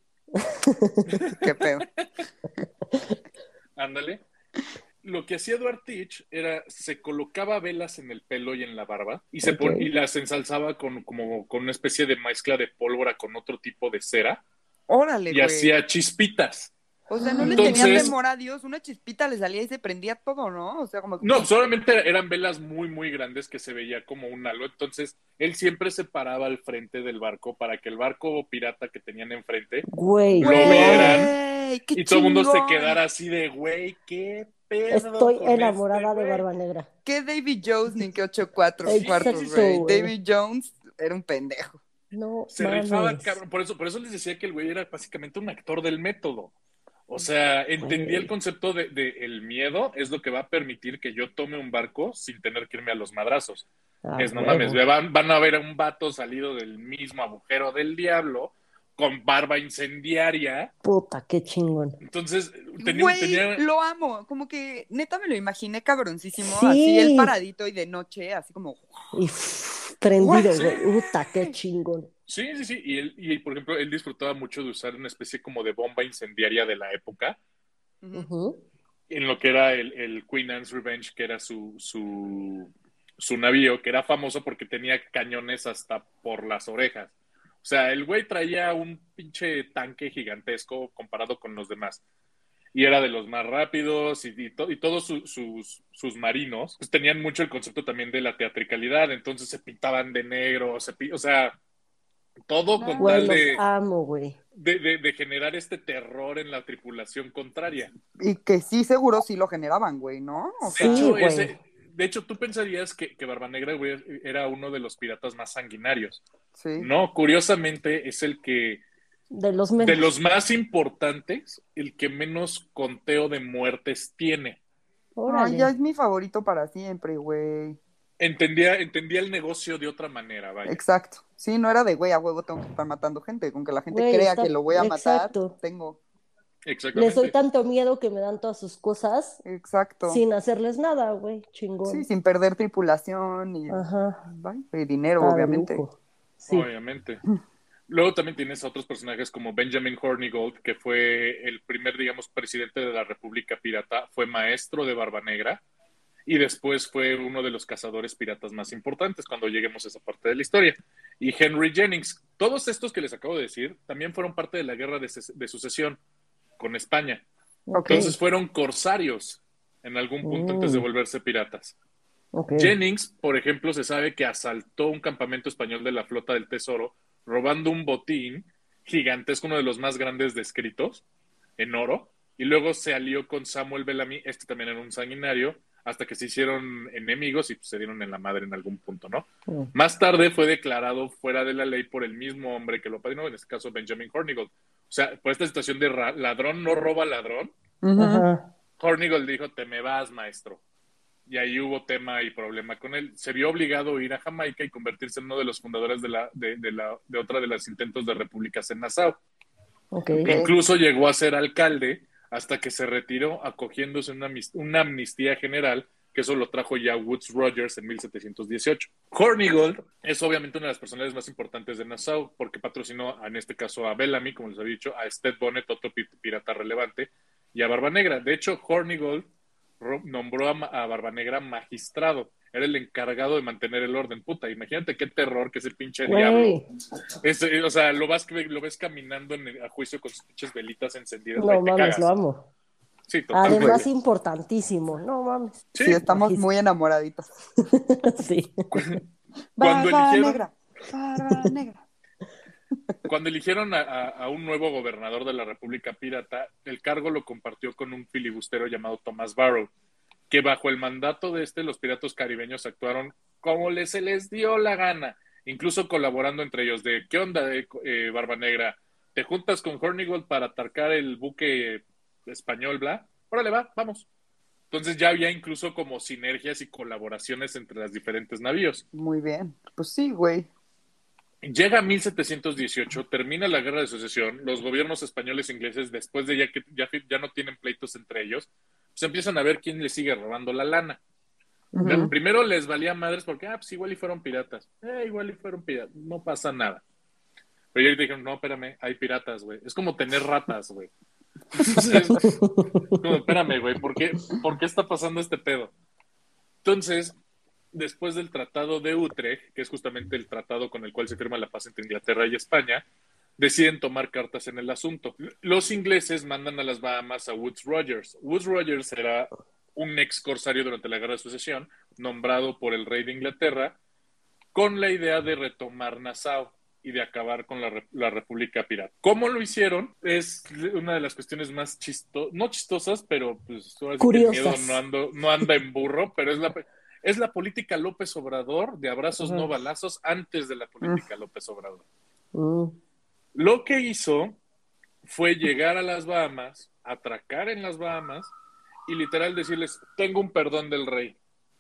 Qué pedo. ándale, lo que hacía Edward Teach era, se colocaba velas en el pelo y en la barba y, se pon- Ok. y las ensalzaba con, como, con una especie de mezcla de pólvora con otro tipo de cera Órale, y güey. hacía chispitas. O sea, no le Entonces- tenía temor a Dios. Una chispita le salía y se prendía todo, ¿no? O sea, como que... No, solamente eran velas muy, muy grandes que se veía como un halo. Entonces, él siempre se paraba al frente del barco para que el barco pirata que tenían enfrente Güey, lo ¡Güey! vieran ¡Qué y todo el mundo se chingón! quedara así de, güey, qué pedo. estoy con enamorada este de güey". Barba Negra. ¿Qué David Jones ni qué ocho cuatro Exacto, cuartos, güey? güey. David Jones era un pendejo. No Se rifaba, mames. cabrón. Por eso, por eso les decía que el güey era básicamente un actor del método. O sea, entendí el Güey. concepto de, de el miedo es lo que va a permitir que yo tome un barco sin tener que irme a los madrazos. Ah, Es, no mames, huevo. van, van a ver a un vato salido del mismo agujero del diablo, con barba incendiaria. Puta, qué chingón. Entonces, tenía, Güey, tenía lo amo. Como que neta me lo imaginé cabroncísimo. Así él Sí. paradito y de noche, así como. Y pff, prendido, Sí, güey. Puta, qué chingón. sí, sí, sí. Y, él, y, por ejemplo, él disfrutaba mucho de usar una especie como de bomba incendiaria de la época, Ujú. Ujú. en lo que era el, el Queen Anne's Revenge, que era su, su, su navío, que era famoso porque tenía cañones hasta por las orejas. O sea, el güey traía un pinche tanque gigantesco comparado con los demás. Y era de los más rápidos y, y, to, y todos su, sus, sus marinos pues, tenían mucho el concepto también de la teatricalidad, entonces se pintaban de negro, se, o sea, todo con Güey, tal Nice. los de, amo, güey. de, de, de generar este terror en la tripulación contraria. Y que sí, seguro sí lo generaban, güey, ¿no? O De sea, Sí, hecho, güey. ese, de hecho tú pensarías que, que Barba Negra güey, era uno de los piratas más sanguinarios. sí. No, curiosamente es el que, De los de menos. los más importantes, el que menos conteo de muertes tiene. Ay, ya Órale. es mi favorito para siempre, güey. Entendía, entendía el negocio de otra manera, vaya. Exacto. Sí, no era de, güey, a huevo tengo que estar matando gente. Con que la gente Güey, crea que está. lo voy a matar, Exacto. tengo. Les doy Exactamente. tanto miedo que me dan todas sus cosas Exacto. sin hacerles nada, güey. Sí, Chingón. sin perder tripulación y, Ajá. bye, y dinero, Está de obviamente. lujo. Sí. Obviamente. Luego también tienes a otros personajes como Benjamin Hornigold, que fue el primer, digamos, presidente de la República Pirata, fue maestro de Barba Negra y después fue uno de los cazadores piratas más importantes cuando lleguemos a esa parte de la historia. Y Henry Jennings, todos estos que les acabo de decir, también fueron parte de la guerra de, de sucesión con España. Ok. Entonces fueron corsarios en algún punto antes de Mm, volverse piratas. ok. Jennings, por ejemplo, se sabe que asaltó un campamento español de la Flota del Tesoro, robando un botín gigantesco, uno de los más grandes descritos, en oro, y luego se alió con Samuel Bellamy, este también era un sanguinario, hasta que se hicieron enemigos y pues, se dieron en la madre en algún punto, ¿no? Mm. Más tarde fue declarado fuera de la ley por el mismo hombre que lo apadrinó, en este caso Benjamin Hornigold. O sea, por esta situación de ladrón no roba ladrón, Ujú. Ajá. Hornigold dijo, te me vas, maestro. Y ahí hubo tema y problema con él. Se vio obligado a ir a Jamaica y convertirse en uno de los fundadores de, la, de, de, la, de otra de los intentos de repúblicas en Nassau. Ok. Ok. Incluso llegó a ser alcalde hasta que se retiró acogiéndose una, una amnistía general, que eso lo trajo ya Woodes Rogers en mil setecientos dieciocho. Hornigold es obviamente una de las personalidades más importantes de Nassau porque patrocinó, en este caso, a Bellamy, como les había dicho, a Sted Bonnet, otro pirata relevante, y a Barba Negra. De hecho, Hornigold nombró a, a Barba Negra magistrado. Era el encargado de mantener el orden. Puta, imagínate qué terror que ese pinche Güey. diablo. Es, o sea, lo, vas, lo ves caminando en, a juicio con sus pinches velitas encendidas. No Güey, te mames, lo cagas. amo. Sí, Además, totalmente. importantísimo. No mames. Sí, Sí, estamos Magis- muy enamoraditos. Sí. cuando Barba eligieron, negra, barba negra. cuando eligieron a, a, a un nuevo gobernador de la República Pirata, el cargo lo compartió con un filibustero llamado Thomas Barrow, que bajo el mandato de este, los piratas caribeños actuaron como les, se les dio la gana, incluso colaborando entre ellos de, ¿qué onda, eh, eh, Barba Negra? ¿Te juntas con Hornigold para atacar el buque español, bla? Órale, va, vamos. Entonces ya había incluso como sinergias y colaboraciones entre los diferentes navíos. Muy bien. Pues sí, güey. Llega mil setecientos dieciocho, termina la guerra de sucesión, los gobiernos españoles e ingleses, después de ya que ya, ya no tienen pleitos entre ellos, pues empiezan a ver quién les sigue robando la lana. Ujú. Primero les valía madres porque, ah, pues igual y fueron piratas. Eh, igual y fueron piratas, no pasa nada. Pero ellos dijeron, no, espérame, hay piratas, güey. Es como tener ratas, güey. Entonces, como, espérame, güey, ¿por qué, ¿por qué está pasando este pedo? Entonces, después del Tratado de Utrecht, que es justamente el tratado con el cual se firma la paz entre Inglaterra y España, deciden tomar cartas en el asunto. Los ingleses mandan a las Bahamas a Woodes Rogers. Woodes Rogers era un ex corsario durante la Guerra de Sucesión, nombrado por el rey de Inglaterra, con la idea de retomar Nassau y de acabar con la, la República Pirata. ¿Cómo lo hicieron? Es una de las cuestiones más chistosas, no chistosas, pero pues ahora sí que el miedo no, ando, no anda en burro, pero es la, es la política López Obrador de abrazos uh-huh. no balazos antes de la política uh-huh. López Obrador. Uh-huh. Lo que hizo fue llegar a las Bahamas, atracar en las Bahamas y literal decirles, tengo un perdón del rey.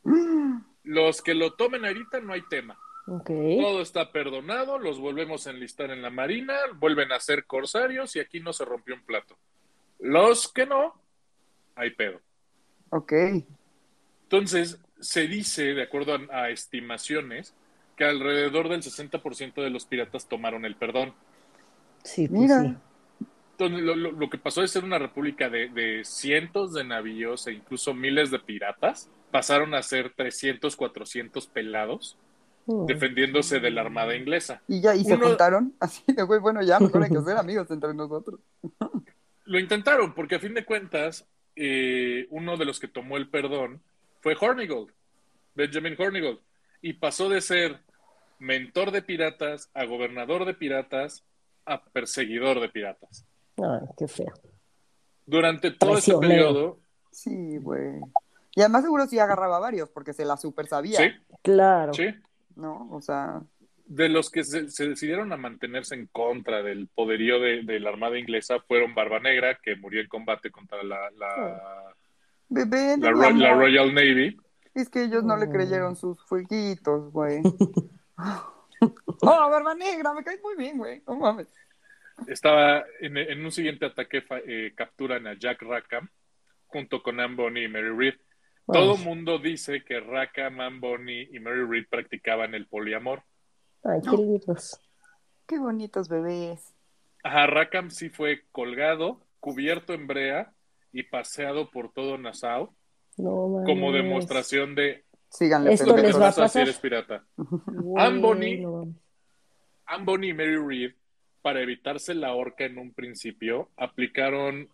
Los que lo tomen ahorita no hay tema. Okay. Todo está perdonado, los volvemos a enlistar en la marina, vuelven a ser corsarios y aquí no se rompió un plato. Los que no, hay pedo. Ok. Entonces, se dice, de acuerdo a, a estimaciones, que alrededor del sesenta por ciento de los piratas tomaron el perdón. Sí, pues Mira. sí. Entonces, lo, lo, lo que pasó de ser una república de, de cientos de navíos e incluso miles de piratas, pasaron a ser trescientos, cuatrocientos pelados Mm. defendiéndose de la armada inglesa. Y ya, y se Uno- juntaron. Así de, güey, bueno, ya mejor hay que ser amigos entre nosotros. Lo intentaron, porque a fin de cuentas, eh, uno de los que tomó el perdón fue Hornigold, Benjamin Hornigold, y pasó de ser mentor de piratas a gobernador de piratas a perseguidor de piratas. Ay, qué feo. Durante todo ese Traicionero. periodo, Sí, güey. Y además seguro sí agarraba varios, porque se la super sabía. sí, Claro. sí, ¿No? O sea, de los que se, se decidieron a mantenerse en contra del poderío de, de la Armada inglesa fueron Barba Negra, que murió en combate contra la, la, bebé de la, mi Ro- la amor. Royal Navy. Es que ellos no le Mm. creyeron sus fueguitos, güey. Oh, Barba Negra, me caes muy bien, güey. No mames. Estaba en, en un siguiente ataque, fa- eh, capturan a Jack Rackham junto con Anne Bonny y Mary Read. Todo Ay, mundo dice que Rackham, Anne Bonny y Mary Read practicaban el poliamor. ay, qué lindos. Qué bonitos bebés. Ajá, Rackham sí fue colgado, cubierto en brea y paseado por todo Nassau No mames. como demostración de Síganle, Esto lo que te les va a pasa si pasar. eres pirata. Güey, Anne Bonny, no mames. Anne Bonny y Mary Read, para evitarse la horca en un principio, aplicaron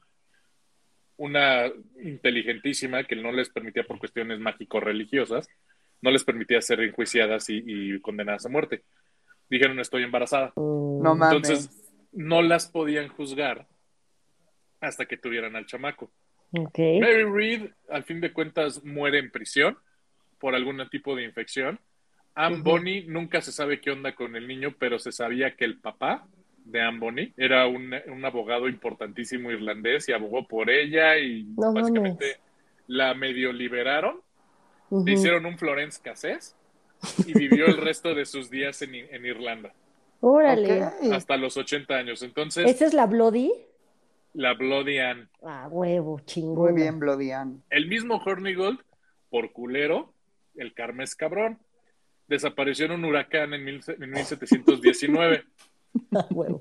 una inteligentísima que no les permitía por cuestiones mágico-religiosas, no les permitía ser enjuiciadas y, y condenadas a muerte. Dijeron, estoy embarazada. No Mm, mames. Entonces, no las podían juzgar hasta que tuvieran al chamaco. ok. Mary Read, al fin de cuentas, muere en prisión por algún tipo de infección. Anne Ujú. Bonny, nunca se sabe qué onda con el niño, pero se sabía que el papá de Anne Bonny era un, un abogado importantísimo irlandés y abogó por ella y No básicamente mames. la medio liberaron, Ujú. le hicieron un Florence Cassés y vivió el resto de sus días en, en Irlanda, Órale. Ok. hasta los ochenta años. Entonces, ¿Esa es la Bloody? la Bloody Anne. Ah, huevo, Muy chingona. bien, Bloody Ann. El mismo Hornigold, por culero, el Carmes cabrón, desapareció en un huracán en, mil, en mil setecientos diecinueve. Ah, huevo.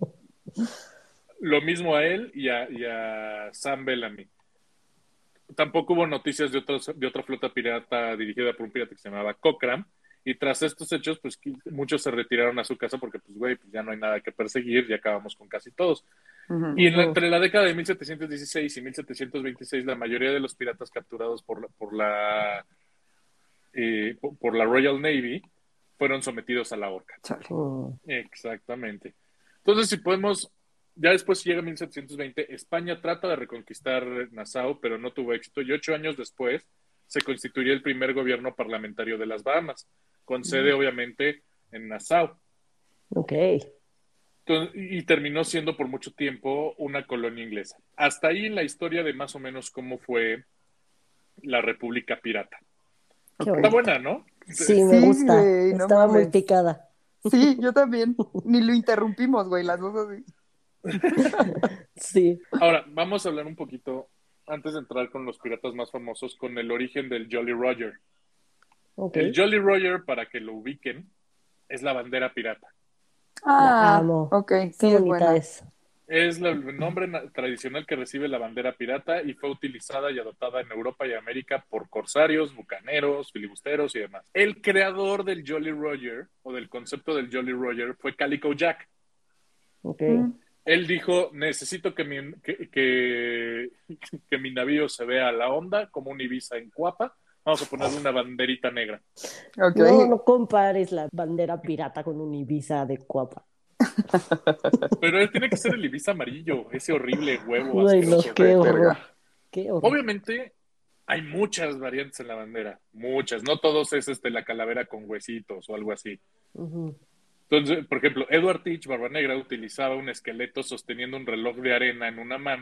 Lo mismo a él y a, y a Sam Bellamy. Tampoco hubo noticias de, otros, de otra flota pirata dirigida por un pirata que se llamaba Cochrane. Y tras estos hechos, pues muchos se retiraron a su casa porque, pues, güey, pues ya no hay nada que perseguir, ya acabamos con casi todos. Ujú. Y en la, Ujú. entre la década de mil setecientos dieciséis y mil setecientos veintiséis, la mayoría de los piratas capturados por la, por la, eh, por, por la Royal Navy fueron sometidos a la horca. Chale. Mm. Exactamente. Entonces, si podemos, ya después llega mil setecientos veinte, España trata de reconquistar Nassau, pero no tuvo éxito, y ocho años después se constituyó el primer gobierno parlamentario de las Bahamas, con sede obviamente en Nassau. Ok. Entonces, y terminó siendo por mucho tiempo una colonia inglesa. Hasta ahí la historia de más o menos cómo fue la República Pirata. Qué Ok. Está bonito. buena, ¿no? Sí, me Sí, gusta. güey, no Estaba muy mames. picada. Sí, yo también. Ni lo interrumpimos, güey, las dos así. Sí. Ahora, vamos a hablar un poquito, antes de entrar con los piratas más famosos, con el origen del Jolly Roger. Ok. El Jolly Roger, para que lo ubiquen, es la bandera pirata. La Ah, amo. ok, Qué sí es bonita buena. es. Es la- el nombre na- tradicional que recibe la bandera pirata y fue utilizada y adoptada en Europa y América por corsarios, bucaneros, filibusteros y demás. El creador del Jolly Roger, o del concepto del Jolly Roger, fue Calico Jack. Ok. Mm. Él dijo, necesito que mi, que, que, que mi navío se vea a la onda, como un Ibiza en Cuapa. Vamos a ponerle una banderita negra. Ok. No, no compares la bandera pirata con un Ibiza de Cuapa. Pero él tiene que ser el Ibiza amarillo, ese horrible huevo Ay, no, asqueroso. qué horror. Verga. Qué horror. Obviamente hay muchas variantes en la bandera, muchas. No todos es este, la calavera con huesitos o algo así. Ujú. Entonces, por ejemplo, Edward Teach, Barba Negra, utilizaba un esqueleto sosteniendo un reloj de arena en una mano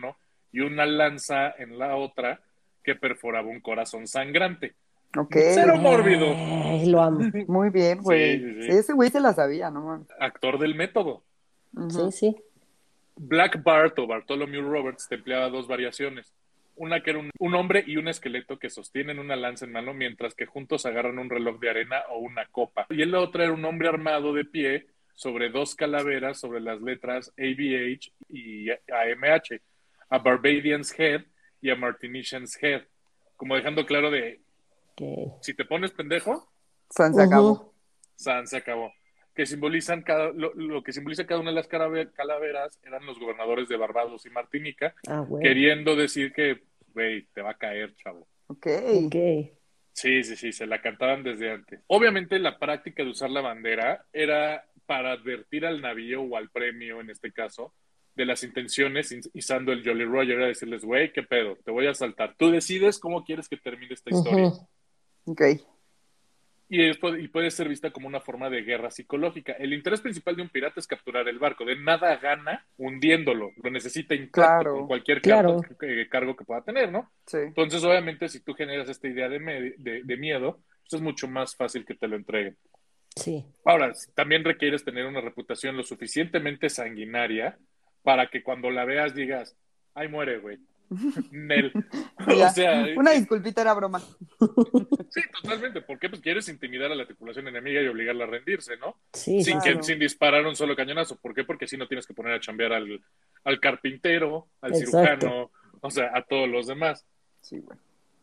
y una lanza en la otra que perforaba un corazón sangrante. Ok. Cero mórbido. Ay, lo amo. Muy bien, güey. Sí, sí, Sí, sí. ese güey se la sabía, ¿no, man? Actor del método. Sí, Ujú. sí. Black Bart o Bartholomew Roberts empleaba dos variaciones. Una que era un, un hombre y un esqueleto que sostienen una lanza en mano mientras que juntos agarran un reloj de arena o una copa. Y la otra era un hombre armado de pie sobre dos calaveras sobre las letras A B H y A M H, a Barbadian's Head y a Martinician's Head. Como dejando claro de, Okay. si te pones pendejo, San se Ujú. acabó. San se acabó. Que simbolizan cada, lo, lo que simboliza cada una de las calaveras eran los gobernadores de Barbados y Martinica, Ah, huevo. queriendo decir que, güey, te va a caer, chavo. Ok. Ok. Sí, sí, sí, se la cantaban desde antes. Obviamente la práctica de usar la bandera era para advertir al navío o al premio, en este caso, de las intenciones, izando el Jolly Roger, a decirles, güey, qué pedo, te voy a saltar. Tú decides cómo quieres que termine esta historia. Ujú. Ok. Y, es, y puede ser vista como una forma de guerra psicológica. El interés principal de un pirata es capturar el barco. De nada gana hundiéndolo. Lo necesita intacto Claro. con cualquier Claro. cargo, que, cargo que pueda tener, ¿no? Sí. Entonces, obviamente, si tú generas esta idea de, me- de, de miedo, pues es mucho más fácil que te lo entreguen. Sí. Ahora, también requieres tener una reputación lo suficientemente sanguinaria para que cuando la veas digas, ay, muere, güey. Nel. O Ya. sea, Una eh, disculpita, era broma. sí, totalmente. ¿Por qué? Pues quieres intimidar a la tripulación enemiga y obligarla a rendirse, ¿no? Sí, Sin, sí, sí. que, sin disparar un solo cañonazo. ¿Por qué? Porque así no tienes que poner a chambear al, al carpintero, al Exacto. cirujano, o sea, a todos los demás. Sí, güey.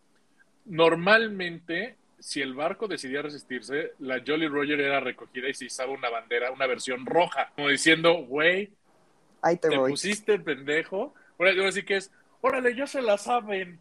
Normalmente, si el barco decidía resistirse, la Jolly Roger era recogida y se izaba una bandera, una versión roja, como diciendo, güey, Ahí te te voy. pusiste pendejo. Ahora yo así que es, órale, ya se la saben.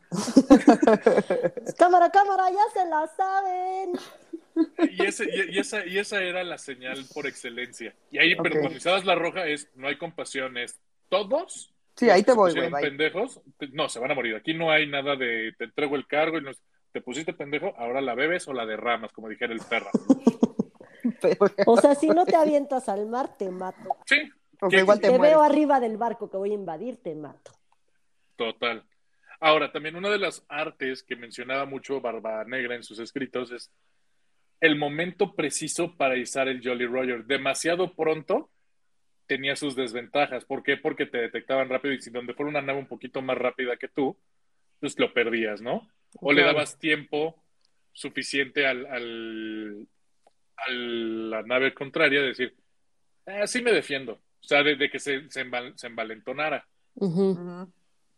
Cámara, cámara, ya se la saben. Y, ese, y, y esa, y esa era la señal por excelencia. Y ahí, pero Ok. cuando izabas la roja es, no hay compasión, es todos Sí, los ahí que te se voy, güey, pusieron bye. pendejos, no, se van a morir. Aquí no hay nada de, te entrego el cargo y no, te pusiste pendejo, ahora la bebes o la derramas, como dijera el perro. Pero, O sea, si no te avientas al mar, te mato. Sí, o sea, que- igual te, Te mueres. veo arriba del barco que voy a invadir, te mato. total. Ahora, también una de las artes que mencionaba mucho Barba Negra en sus escritos es el momento preciso para izar el Jolly Roger. Demasiado pronto tenía sus desventajas. ¿Por qué? Porque te detectaban rápido y si donde fuera una nave un poquito más rápida que tú, pues lo perdías, ¿no? O le Claro. dabas tiempo suficiente al, al, a la nave contraria de decir, ah, sí me defiendo. O sea, de, de que se, se, enval, se envalentonara. Ujú. Ujú.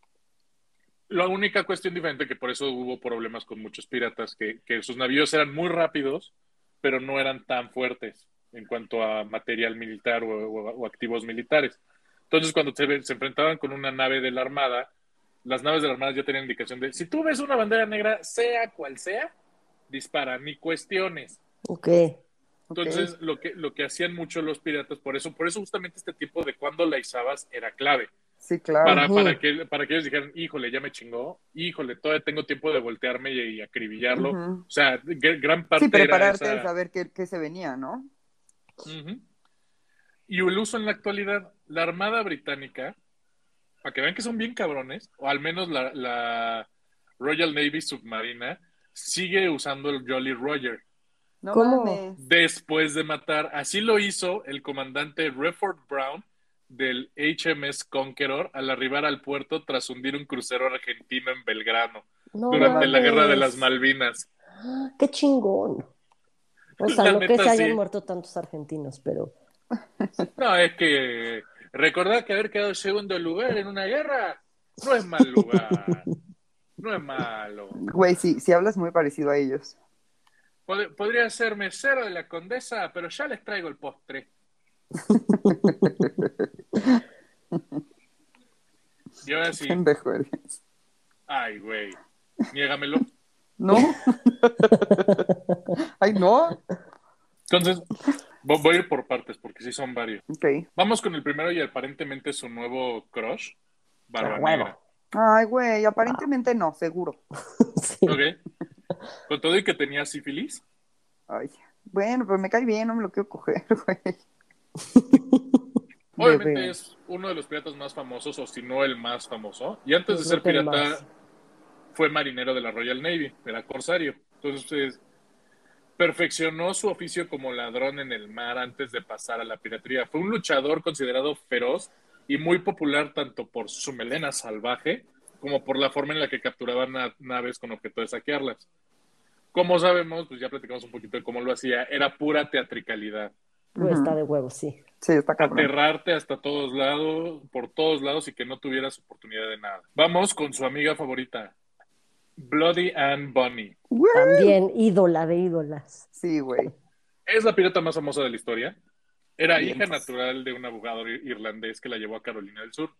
La única cuestión diferente que por eso hubo problemas con muchos piratas, que, que sus navíos eran muy rápidos, pero no eran tan fuertes en cuanto a material militar o, o, o activos militares. Entonces, cuando se, se enfrentaban con una nave de la Armada, las naves de la Armada ya tenían indicación de, si tú ves una bandera negra, sea cual sea, dispara, ni cuestiones. Ok. Entonces, Ok. lo que, lo que hacían mucho los piratas, por eso, por eso justamente este tipo de cuando la izabas era clave. Sí, claro. Para, Ujú. para, que, para que ellos dijeran, híjole, ya me chingó, híjole, todavía tengo tiempo de voltearme y, y acribillarlo. Ujú. O sea, g- gran parte Sí, prepararte era de esa. saber qué, qué se venía, ¿no? Uh-huh. Y el uso en la actualidad, la Armada Británica, para que vean que son bien cabrones, o al menos la, la Royal Navy submarina, sigue usando el Jolly Roger. No ¿Cómo? mames. Después de matar, así lo hizo el comandante Redford Brown del H M S Conqueror al arribar al puerto tras hundir un crucero argentino en Belgrano No durante la Guerra de las mames. Malvinas. Ah, qué chingón. O sea, La no que neta se hayan sí. muerto tantos argentinos, pero No, es que recordar que haber quedado en segundo lugar en una guerra no es mal lugar. No es malo. Güey, sí, sí hablas muy parecido a ellos. Pod- podría ser mesero de la Condesa, pero ya les traigo el postre. Y ahora sí, Pendejo eres. ay, güey, niégamelo. ¿No? Ay, no. Entonces, vo- voy a ir por partes porque sí son varios. Ok. Vamos con el primero y aparentemente su nuevo crush, Barba a huevo. Negra. Ay, güey, aparentemente no, seguro. Sí. Ok. Con todo y que tenía sífilis. Ay, bueno, pero me cae bien, no me lo quiero coger, güey. Obviamente Bebé. es uno de los piratas más famosos, o si no el más famoso. Y antes Yo de creo ser que el pirata, más. fue marinero de la Royal Navy, era corsario. Entonces, perfeccionó su oficio como ladrón en el mar antes de pasar a la piratería. Fue un luchador considerado feroz y muy popular tanto por su melena salvaje como por la forma en la que capturaban na- naves con objeto de saquearlas. Como sabemos, pues ya platicamos un poquito de cómo lo hacía, era pura teatricalidad. Pues está Ujú. de huevo, sí. Sí, está cabrón. Aterrarte hasta todos lados, por todos lados y que no tuvieras oportunidad de nada. Vamos con su amiga favorita, Bloody Ann Bunny. ¡Woo! También ídola de ídolas. Sí, güey. Es la pirata más famosa de la historia. Era hija Vientos. natural de un abogado irlandés que la llevó a Carolina del Sur.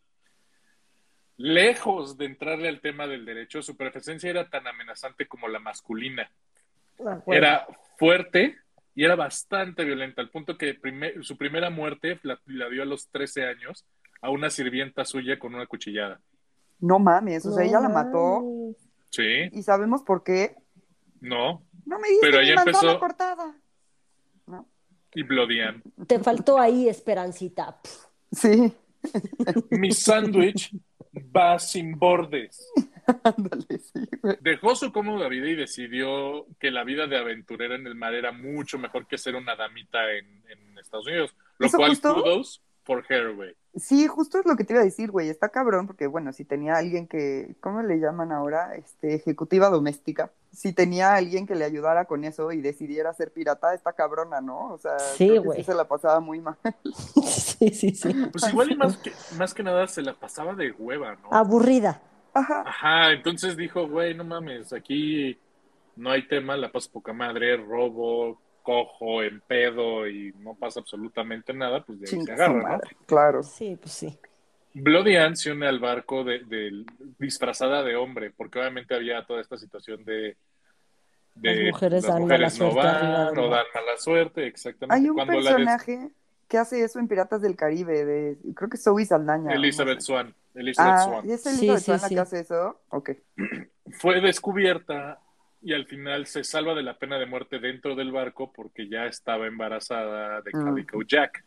Lejos de entrarle al tema del derecho, su presencia era tan amenazante como la masculina. Ah, huevo. Era fuerte y era bastante violenta, al punto que primer, su primera muerte la, la dio a los trece años a una sirvienta suya con una cuchillada. No mames, o sea, No ella la mató mames. Sí, y sabemos por qué. no, No me diste pero mi ahí manzana empezó cortada. ¿No? y Bloody Ann. Te faltó ahí Esperancita. Pf. Sí. Mi sándwich va sin bordes. Ándale, sí, güey. Dejó su cómoda vida y decidió que la vida de aventurera en el mar era mucho mejor que ser una damita en, en Estados Unidos. Lo ¿Eso cual, justo? kudos for her, güey. Sí, justo es lo que te iba a decir, güey. Está cabrón, porque bueno, si tenía alguien que, ¿cómo le llaman ahora? Este, ejecutiva doméstica. Si tenía alguien que le ayudara con eso y decidiera ser pirata, está cabrona, ¿no? O sea, Sí, creo que sí güey. se la pasaba muy mal. Sí, sí, sí. Pues igual y más que, más que nada se la pasaba de hueva, ¿no? Aburrida. Ajá. Ajá, entonces dijo, güey, no mames, aquí no hay tema, la paso poca madre, robo, cojo, empedo y no pasa absolutamente nada, pues de ahí se Chinga su agarra, ¿no? madre. Claro. Sí, pues sí. Bloody Ann se une al barco de, de- disfrazada de hombre, porque obviamente había toda esta situación de, Las de mujeres las dan mala mujeres no suerte arriba van del o dan barco. mala suerte, Hay exactamente. un Cuando la des personaje que hace eso en Piratas del Caribe, de, creo que es Zoe Saldaña, o no Elizabeth sé. Swan, Elizabeth Ah, Swan, ¿y es Sí, Elizabeth sí, Swan la que sí. hace eso? Ok. fue descubierta y al final se salva de la pena de muerte dentro del barco porque ya estaba embarazada de Mm. Calico Jack.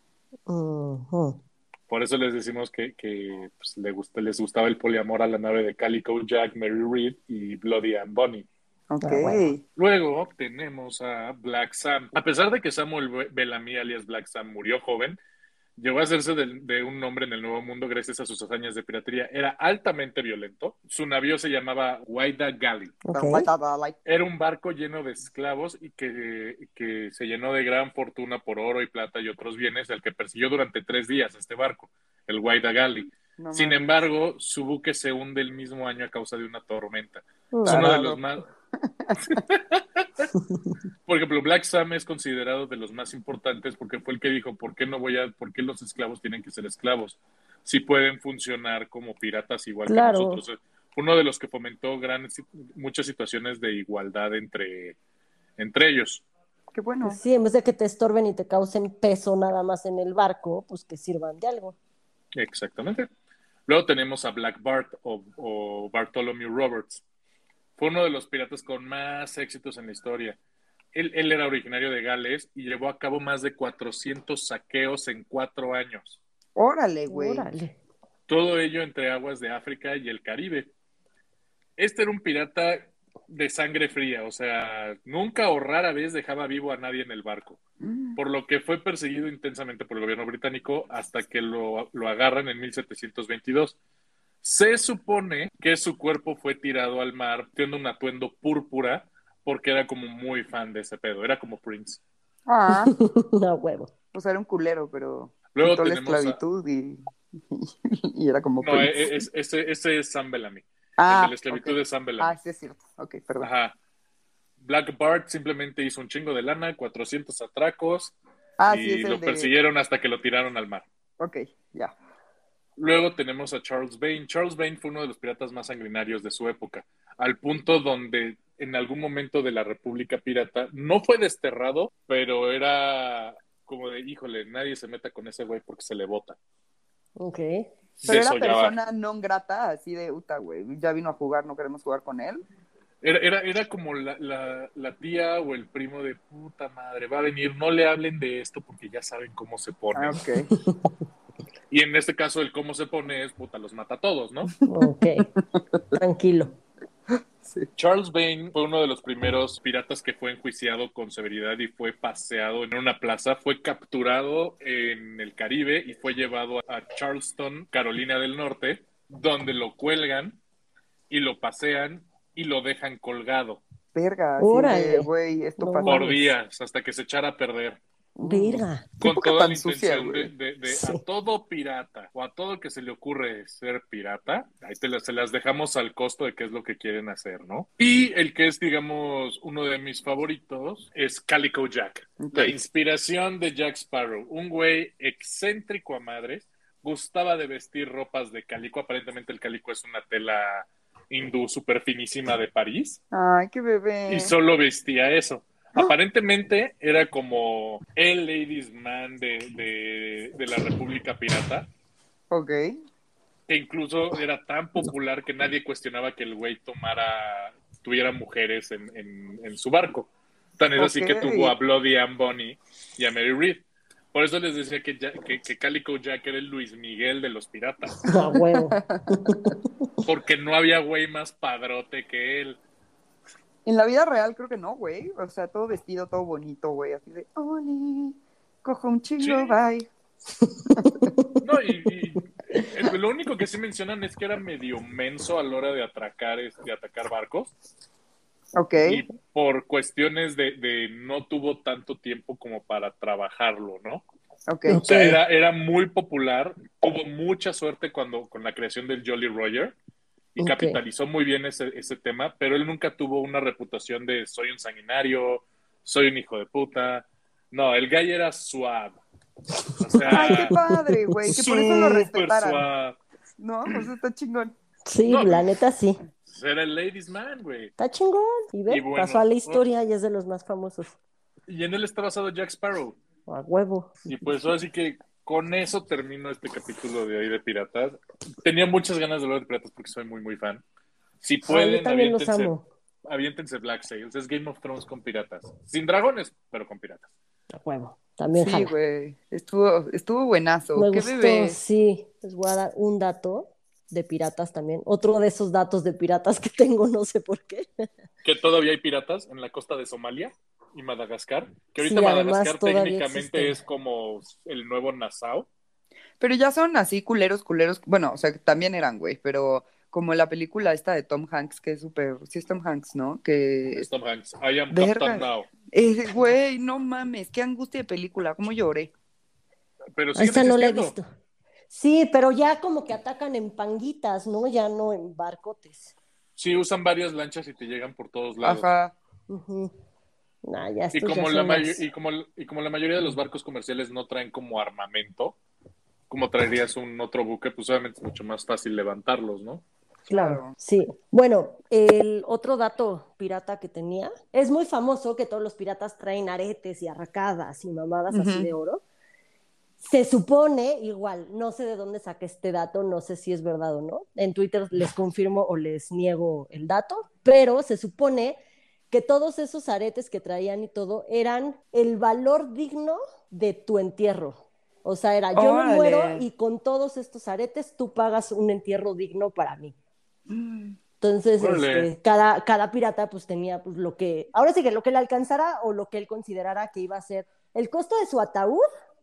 Ujú. Por eso les decimos que, que pues, le gusta, les gustaba el poliamor a la nave de Calico Jack, Mary Read y Bloody Ann Bunny. Ok. Ah, huevo. Luego tenemos a Black Sam. A pesar de que Samuel Bellamy, alias Black Sam, murió joven, llegó a hacerse de, de un nombre en el Nuevo Mundo gracias a sus hazañas de piratería. Era altamente violento. Su navío se llamaba Whydah Galley. Ok. Era un barco lleno de esclavos y que, que se llenó de gran fortuna por oro y plata y otros bienes, al que persiguió durante tres días este barco, el Whydah Galley. No Sin mames. embargo, su buque se hunde el mismo año a causa de una tormenta. Es uno de los Tarado. más... Por ejemplo, Black Sam es considerado de los más importantes porque fue el que dijo, ¿por qué no voy a, por qué los esclavos tienen que ser esclavos? Si pueden funcionar como piratas igual que Claro. nosotros. Uno de los que fomentó gran, muchas situaciones de igualdad entre, entre ellos. Qué bueno. Pues sí, en vez de que te estorben y te causen peso nada más en el barco, pues que sirvan de algo. Exactamente. Luego tenemos a Black Bart o, o Bartholomew Roberts. Fue uno de los piratas con más éxitos en la historia. Él, él era originario de Gales y llevó a cabo más de cuatrocientos saqueos en cuatro años. Órale, güey. Órale. Todo ello entre aguas de África y el Caribe. Este era un pirata de sangre fría, o sea, nunca o rara vez dejaba vivo a nadie en el barco, Mm. por lo que fue perseguido intensamente por el gobierno británico hasta que lo, lo agarran en mil setecientos veintidós. Se supone que su cuerpo fue tirado al mar, teniendo un atuendo púrpura, porque era como muy fan de ese pedo, era como Prince. Ah, No, huevo. o sea, era un culero, pero Luego quitó la tenemos a... esclavitud y, y era como No, Prince. es, ese, ese es Sam Bellamy. El de Ah, la esclavitud ok. de Sam Bellamy. Ah, sí es cierto. Ok, perdón. Ajá. Black Bart simplemente hizo un chingo de lana, cuatrocientos atracos, Ah, sí, y es el lo de... persiguieron hasta que lo tiraron al mar. Ok, ya. Luego tenemos a Charles Vane. Charles Vane fue uno de los piratas más sanguinarios de su época, al punto donde en algún momento de la República Pirata no fue desterrado, pero era como de, híjole, nadie se meta con ese güey porque se le bota. Ok. Pero era Desollaba. persona non grata, así de, uta, güey, ya vino a jugar, no queremos jugar con él. Era, era, era como la, la, la tía o el primo de puta madre, va a venir, no le hablen de esto porque ya saben cómo se pone. Ah, ok. Y en este caso, el cómo se pone es, puta, los mata a todos, ¿no? Ok, tranquilo. Sí. Charles Vane fue uno de los primeros piratas que fue enjuiciado con severidad y fue paseado en una plaza. Fue capturado en el Caribe y fue llevado a Charleston, Carolina del Norte, donde lo cuelgan y lo pasean y lo dejan colgado Verga, así de, Órale. güey, esto No pasa. por mames. días hasta que se echara a perder. Verga. Qué Con época toda tan la sucia, intención de, güey. de, de Sí. a todo pirata o a todo que se le ocurre ser pirata, ahí te las, se las dejamos al costo de qué es lo que quieren hacer, ¿no? Y el que es, digamos, uno de mis favoritos es Calico Jack, Ok. la inspiración de Jack Sparrow, un güey excéntrico a madres, gustaba de vestir ropas de calico, aparentemente el calico es una tela hindú súper finísima de París, Ay, qué bebé. y solo vestía eso. Aparentemente era como el ladies man de, de, de la República Pirata, Ok. que incluso era tan popular que nadie cuestionaba que el güey tomara, tuviera mujeres en, en, en su barco. Tan es así Ok. que tuvo a Bloody Ann Bunny y a Mary Read. Por eso les decía que, ya- que, que Calico Jack era el Luis Miguel de los piratas, A huevo. porque no había güey más padrote que él. En la vida real creo que no, güey. O sea, todo vestido, todo bonito, güey. Así de, Oli, cojo un chingo, Sí. bye. No, y, y eh, lo único que sí mencionan es que era medio menso a la hora de atracar, es- de atacar barcos. Ok. Y por cuestiones de, de no tuvo tanto tiempo como para trabajarlo, ¿no? Ok. O sea, Ok. era, era muy popular, tuvo mucha suerte cuando con la creación del Jolly Roger y Ok. capitalizó muy bien ese, ese tema, pero él nunca tuvo una reputación de soy un sanguinario, soy un hijo de puta. No, el gay era suave. O sea, Ay, qué padre, güey. Que por eso lo súper respetaran. suave. ¿No? O sea, está chingón. Sí, No, la neta sí. era el ladies man, güey. Está chingón. Y ve, Y bueno, pasó a la historia y es de los más famosos. y en él está basado Jack Sparrow. A huevo. Y pues ahora sí que con eso termino este capítulo de ahí de piratas. Tenía muchas ganas de hablar de piratas porque soy muy, muy fan. Si Ah, yo pueden, también los aviéntense, amo. aviéntense Black Sails. Es Game of Thrones con piratas. Sin dragones, pero con piratas. A huevo. También Sí, jala. güey. Estuvo, estuvo buenazo. Me Qué gustó, bebé. sí. Les voy a dar un dato de piratas también. Otro de esos datos de piratas que tengo, no sé por qué. Que todavía hay piratas en la costa de Somalia y Madagascar. Que ahorita Sí, además Madagascar todavía técnicamente existen. es como el nuevo Nassau. Pero ya son así culeros, culeros. Bueno, o sea, que también eran, güey. Pero como la película esta de Tom Hanks, que es súper. Sí, es Tom Hanks, ¿no? Que. Es Tom Hanks. I am Captain Verga. Now. Eh, güey, no mames. Qué angustia de película. ¿Cómo lloré? Pero A siguen esa no la he existiendo. visto. Sí, pero ya como que atacan en panguitas, ¿no? Ya no en barcotes. Sí, usan varias lanchas y te llegan por todos lados. Ajá. Ujú. Nah, ya Y estos ya como, la son mayo- más. y, como, y como la mayoría de los barcos comerciales no traen como armamento, como traerías un otro buque, pues obviamente es mucho más fácil levantarlos, ¿no? Claro, Claro. sí. Bueno, el otro dato pirata que tenía, es muy famoso que todos los piratas traen aretes y arracadas y mamadas así Ujú. de oro. Se supone, igual, no sé de dónde saqué este dato, no sé si es verdad o no. En Twitter les confirmo o les niego el dato, pero se supone que todos esos aretes que traían y todo eran el valor digno de tu entierro. O sea, era yo me muero Órale. y con todos estos aretes tú pagas un entierro digno para mí. Mm. Entonces, Órale. este, cada, cada pirata pues tenía pues lo que, ahora sí que lo que le alcanzara o lo que él considerara que iba a ser el costo de su ataúd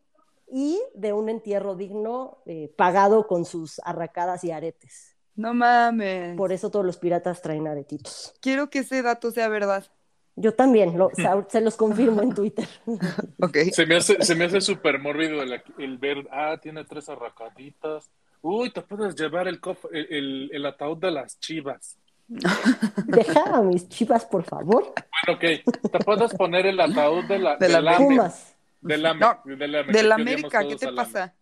y de un entierro digno eh, pagado con sus arracadas y aretes. No mames. Por eso todos los piratas traen aretitos. Quiero que ese dato sea verdad. Yo también, lo, se, se los confirmo en Twitter. Ok. Se me hace, se me hace súper mórbido el, el ver, ah, tiene tres arracaditas. Uy, te puedes llevar el, cof- el, el, el ataúd de las chivas. Deja a mis chivas, por favor. Bueno, ok, te puedes poner el ataúd de la, De la del AME. Pumas. Del AME. No, Del AME. de que la aquí odiamos América, ¿qué todos te al AME. pasa?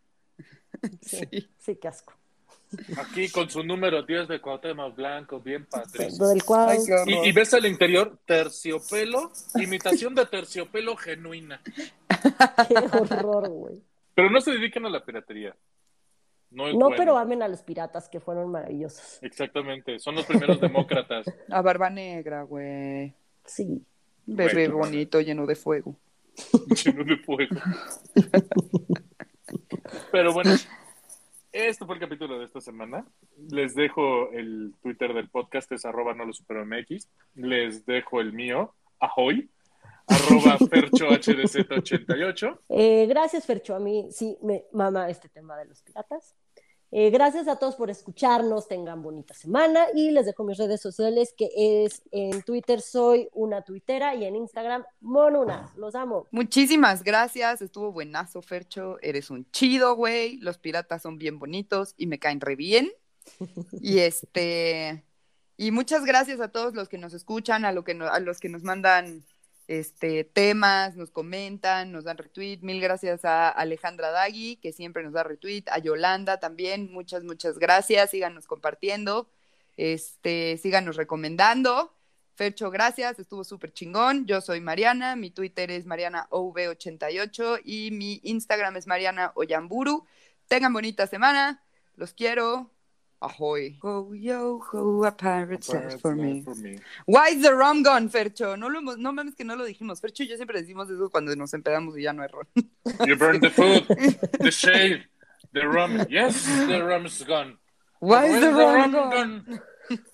Sí, Sí. sí, qué asco. Aquí con su número diez de Cuauhtémoc Blanco, bien padre. Lo del cual, Ay, qué horror. Y, y ves al interior terciopelo, imitación de terciopelo genuina. qué horror, güey. Pero no se dedican a la piratería. No es No, bueno. pero amen a los piratas, que fueron maravillosos. Exactamente, son los primeros demócratas. A Barba Negra, güey. Sí. Bebé Güey, bonito, lleno de fuego. lleno de fuego. Pero bueno, Esto fue el capítulo de esta semana. Les dejo el Twitter del podcast, es arroba no lo supero mx. Les dejo el mío, ahoy, arroba fercho h d z ochenta y ocho. Eh, gracias, Fercho. A mí sí me mama este tema de los piratas. Eh, gracias a todos por escucharnos, tengan bonita semana y les dejo mis redes sociales que es en Twitter soy una tuitera y en Instagram monunas, los amo. Muchísimas gracias, estuvo buenazo, Fercho, eres un chido, güey, los piratas son bien bonitos y me caen re bien. Y este y muchas gracias a todos los que nos escuchan, a, lo que no, a los que nos mandan este, temas, nos comentan, nos dan retweet. Mil gracias a Alejandra Dagui, que siempre nos da retweet, a Yolanda también, muchas, muchas gracias, síganos compartiendo, este, síganos recomendando. Fercho, gracias, estuvo súper chingón. Yo soy Mariana, mi Twitter es mariana o v ochenta y ocho y mi Instagram es Mariana Oyamburu. Tengan bonita semana, los quiero. Ahoy. Ho, yo, ho, a pirate says for me. for me. Why is the rum gone, Fercho? No, lo hemos, no mames que no lo dijimos. Fercho y yo siempre decimos eso cuando nos empedamos y ya no hay ron. You burned the food, the shade, the rum. Yes, the rum is gone. Why is the, the rum, rum gone? gone?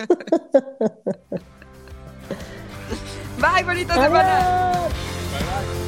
Bye, bonita semana. Bye, bye.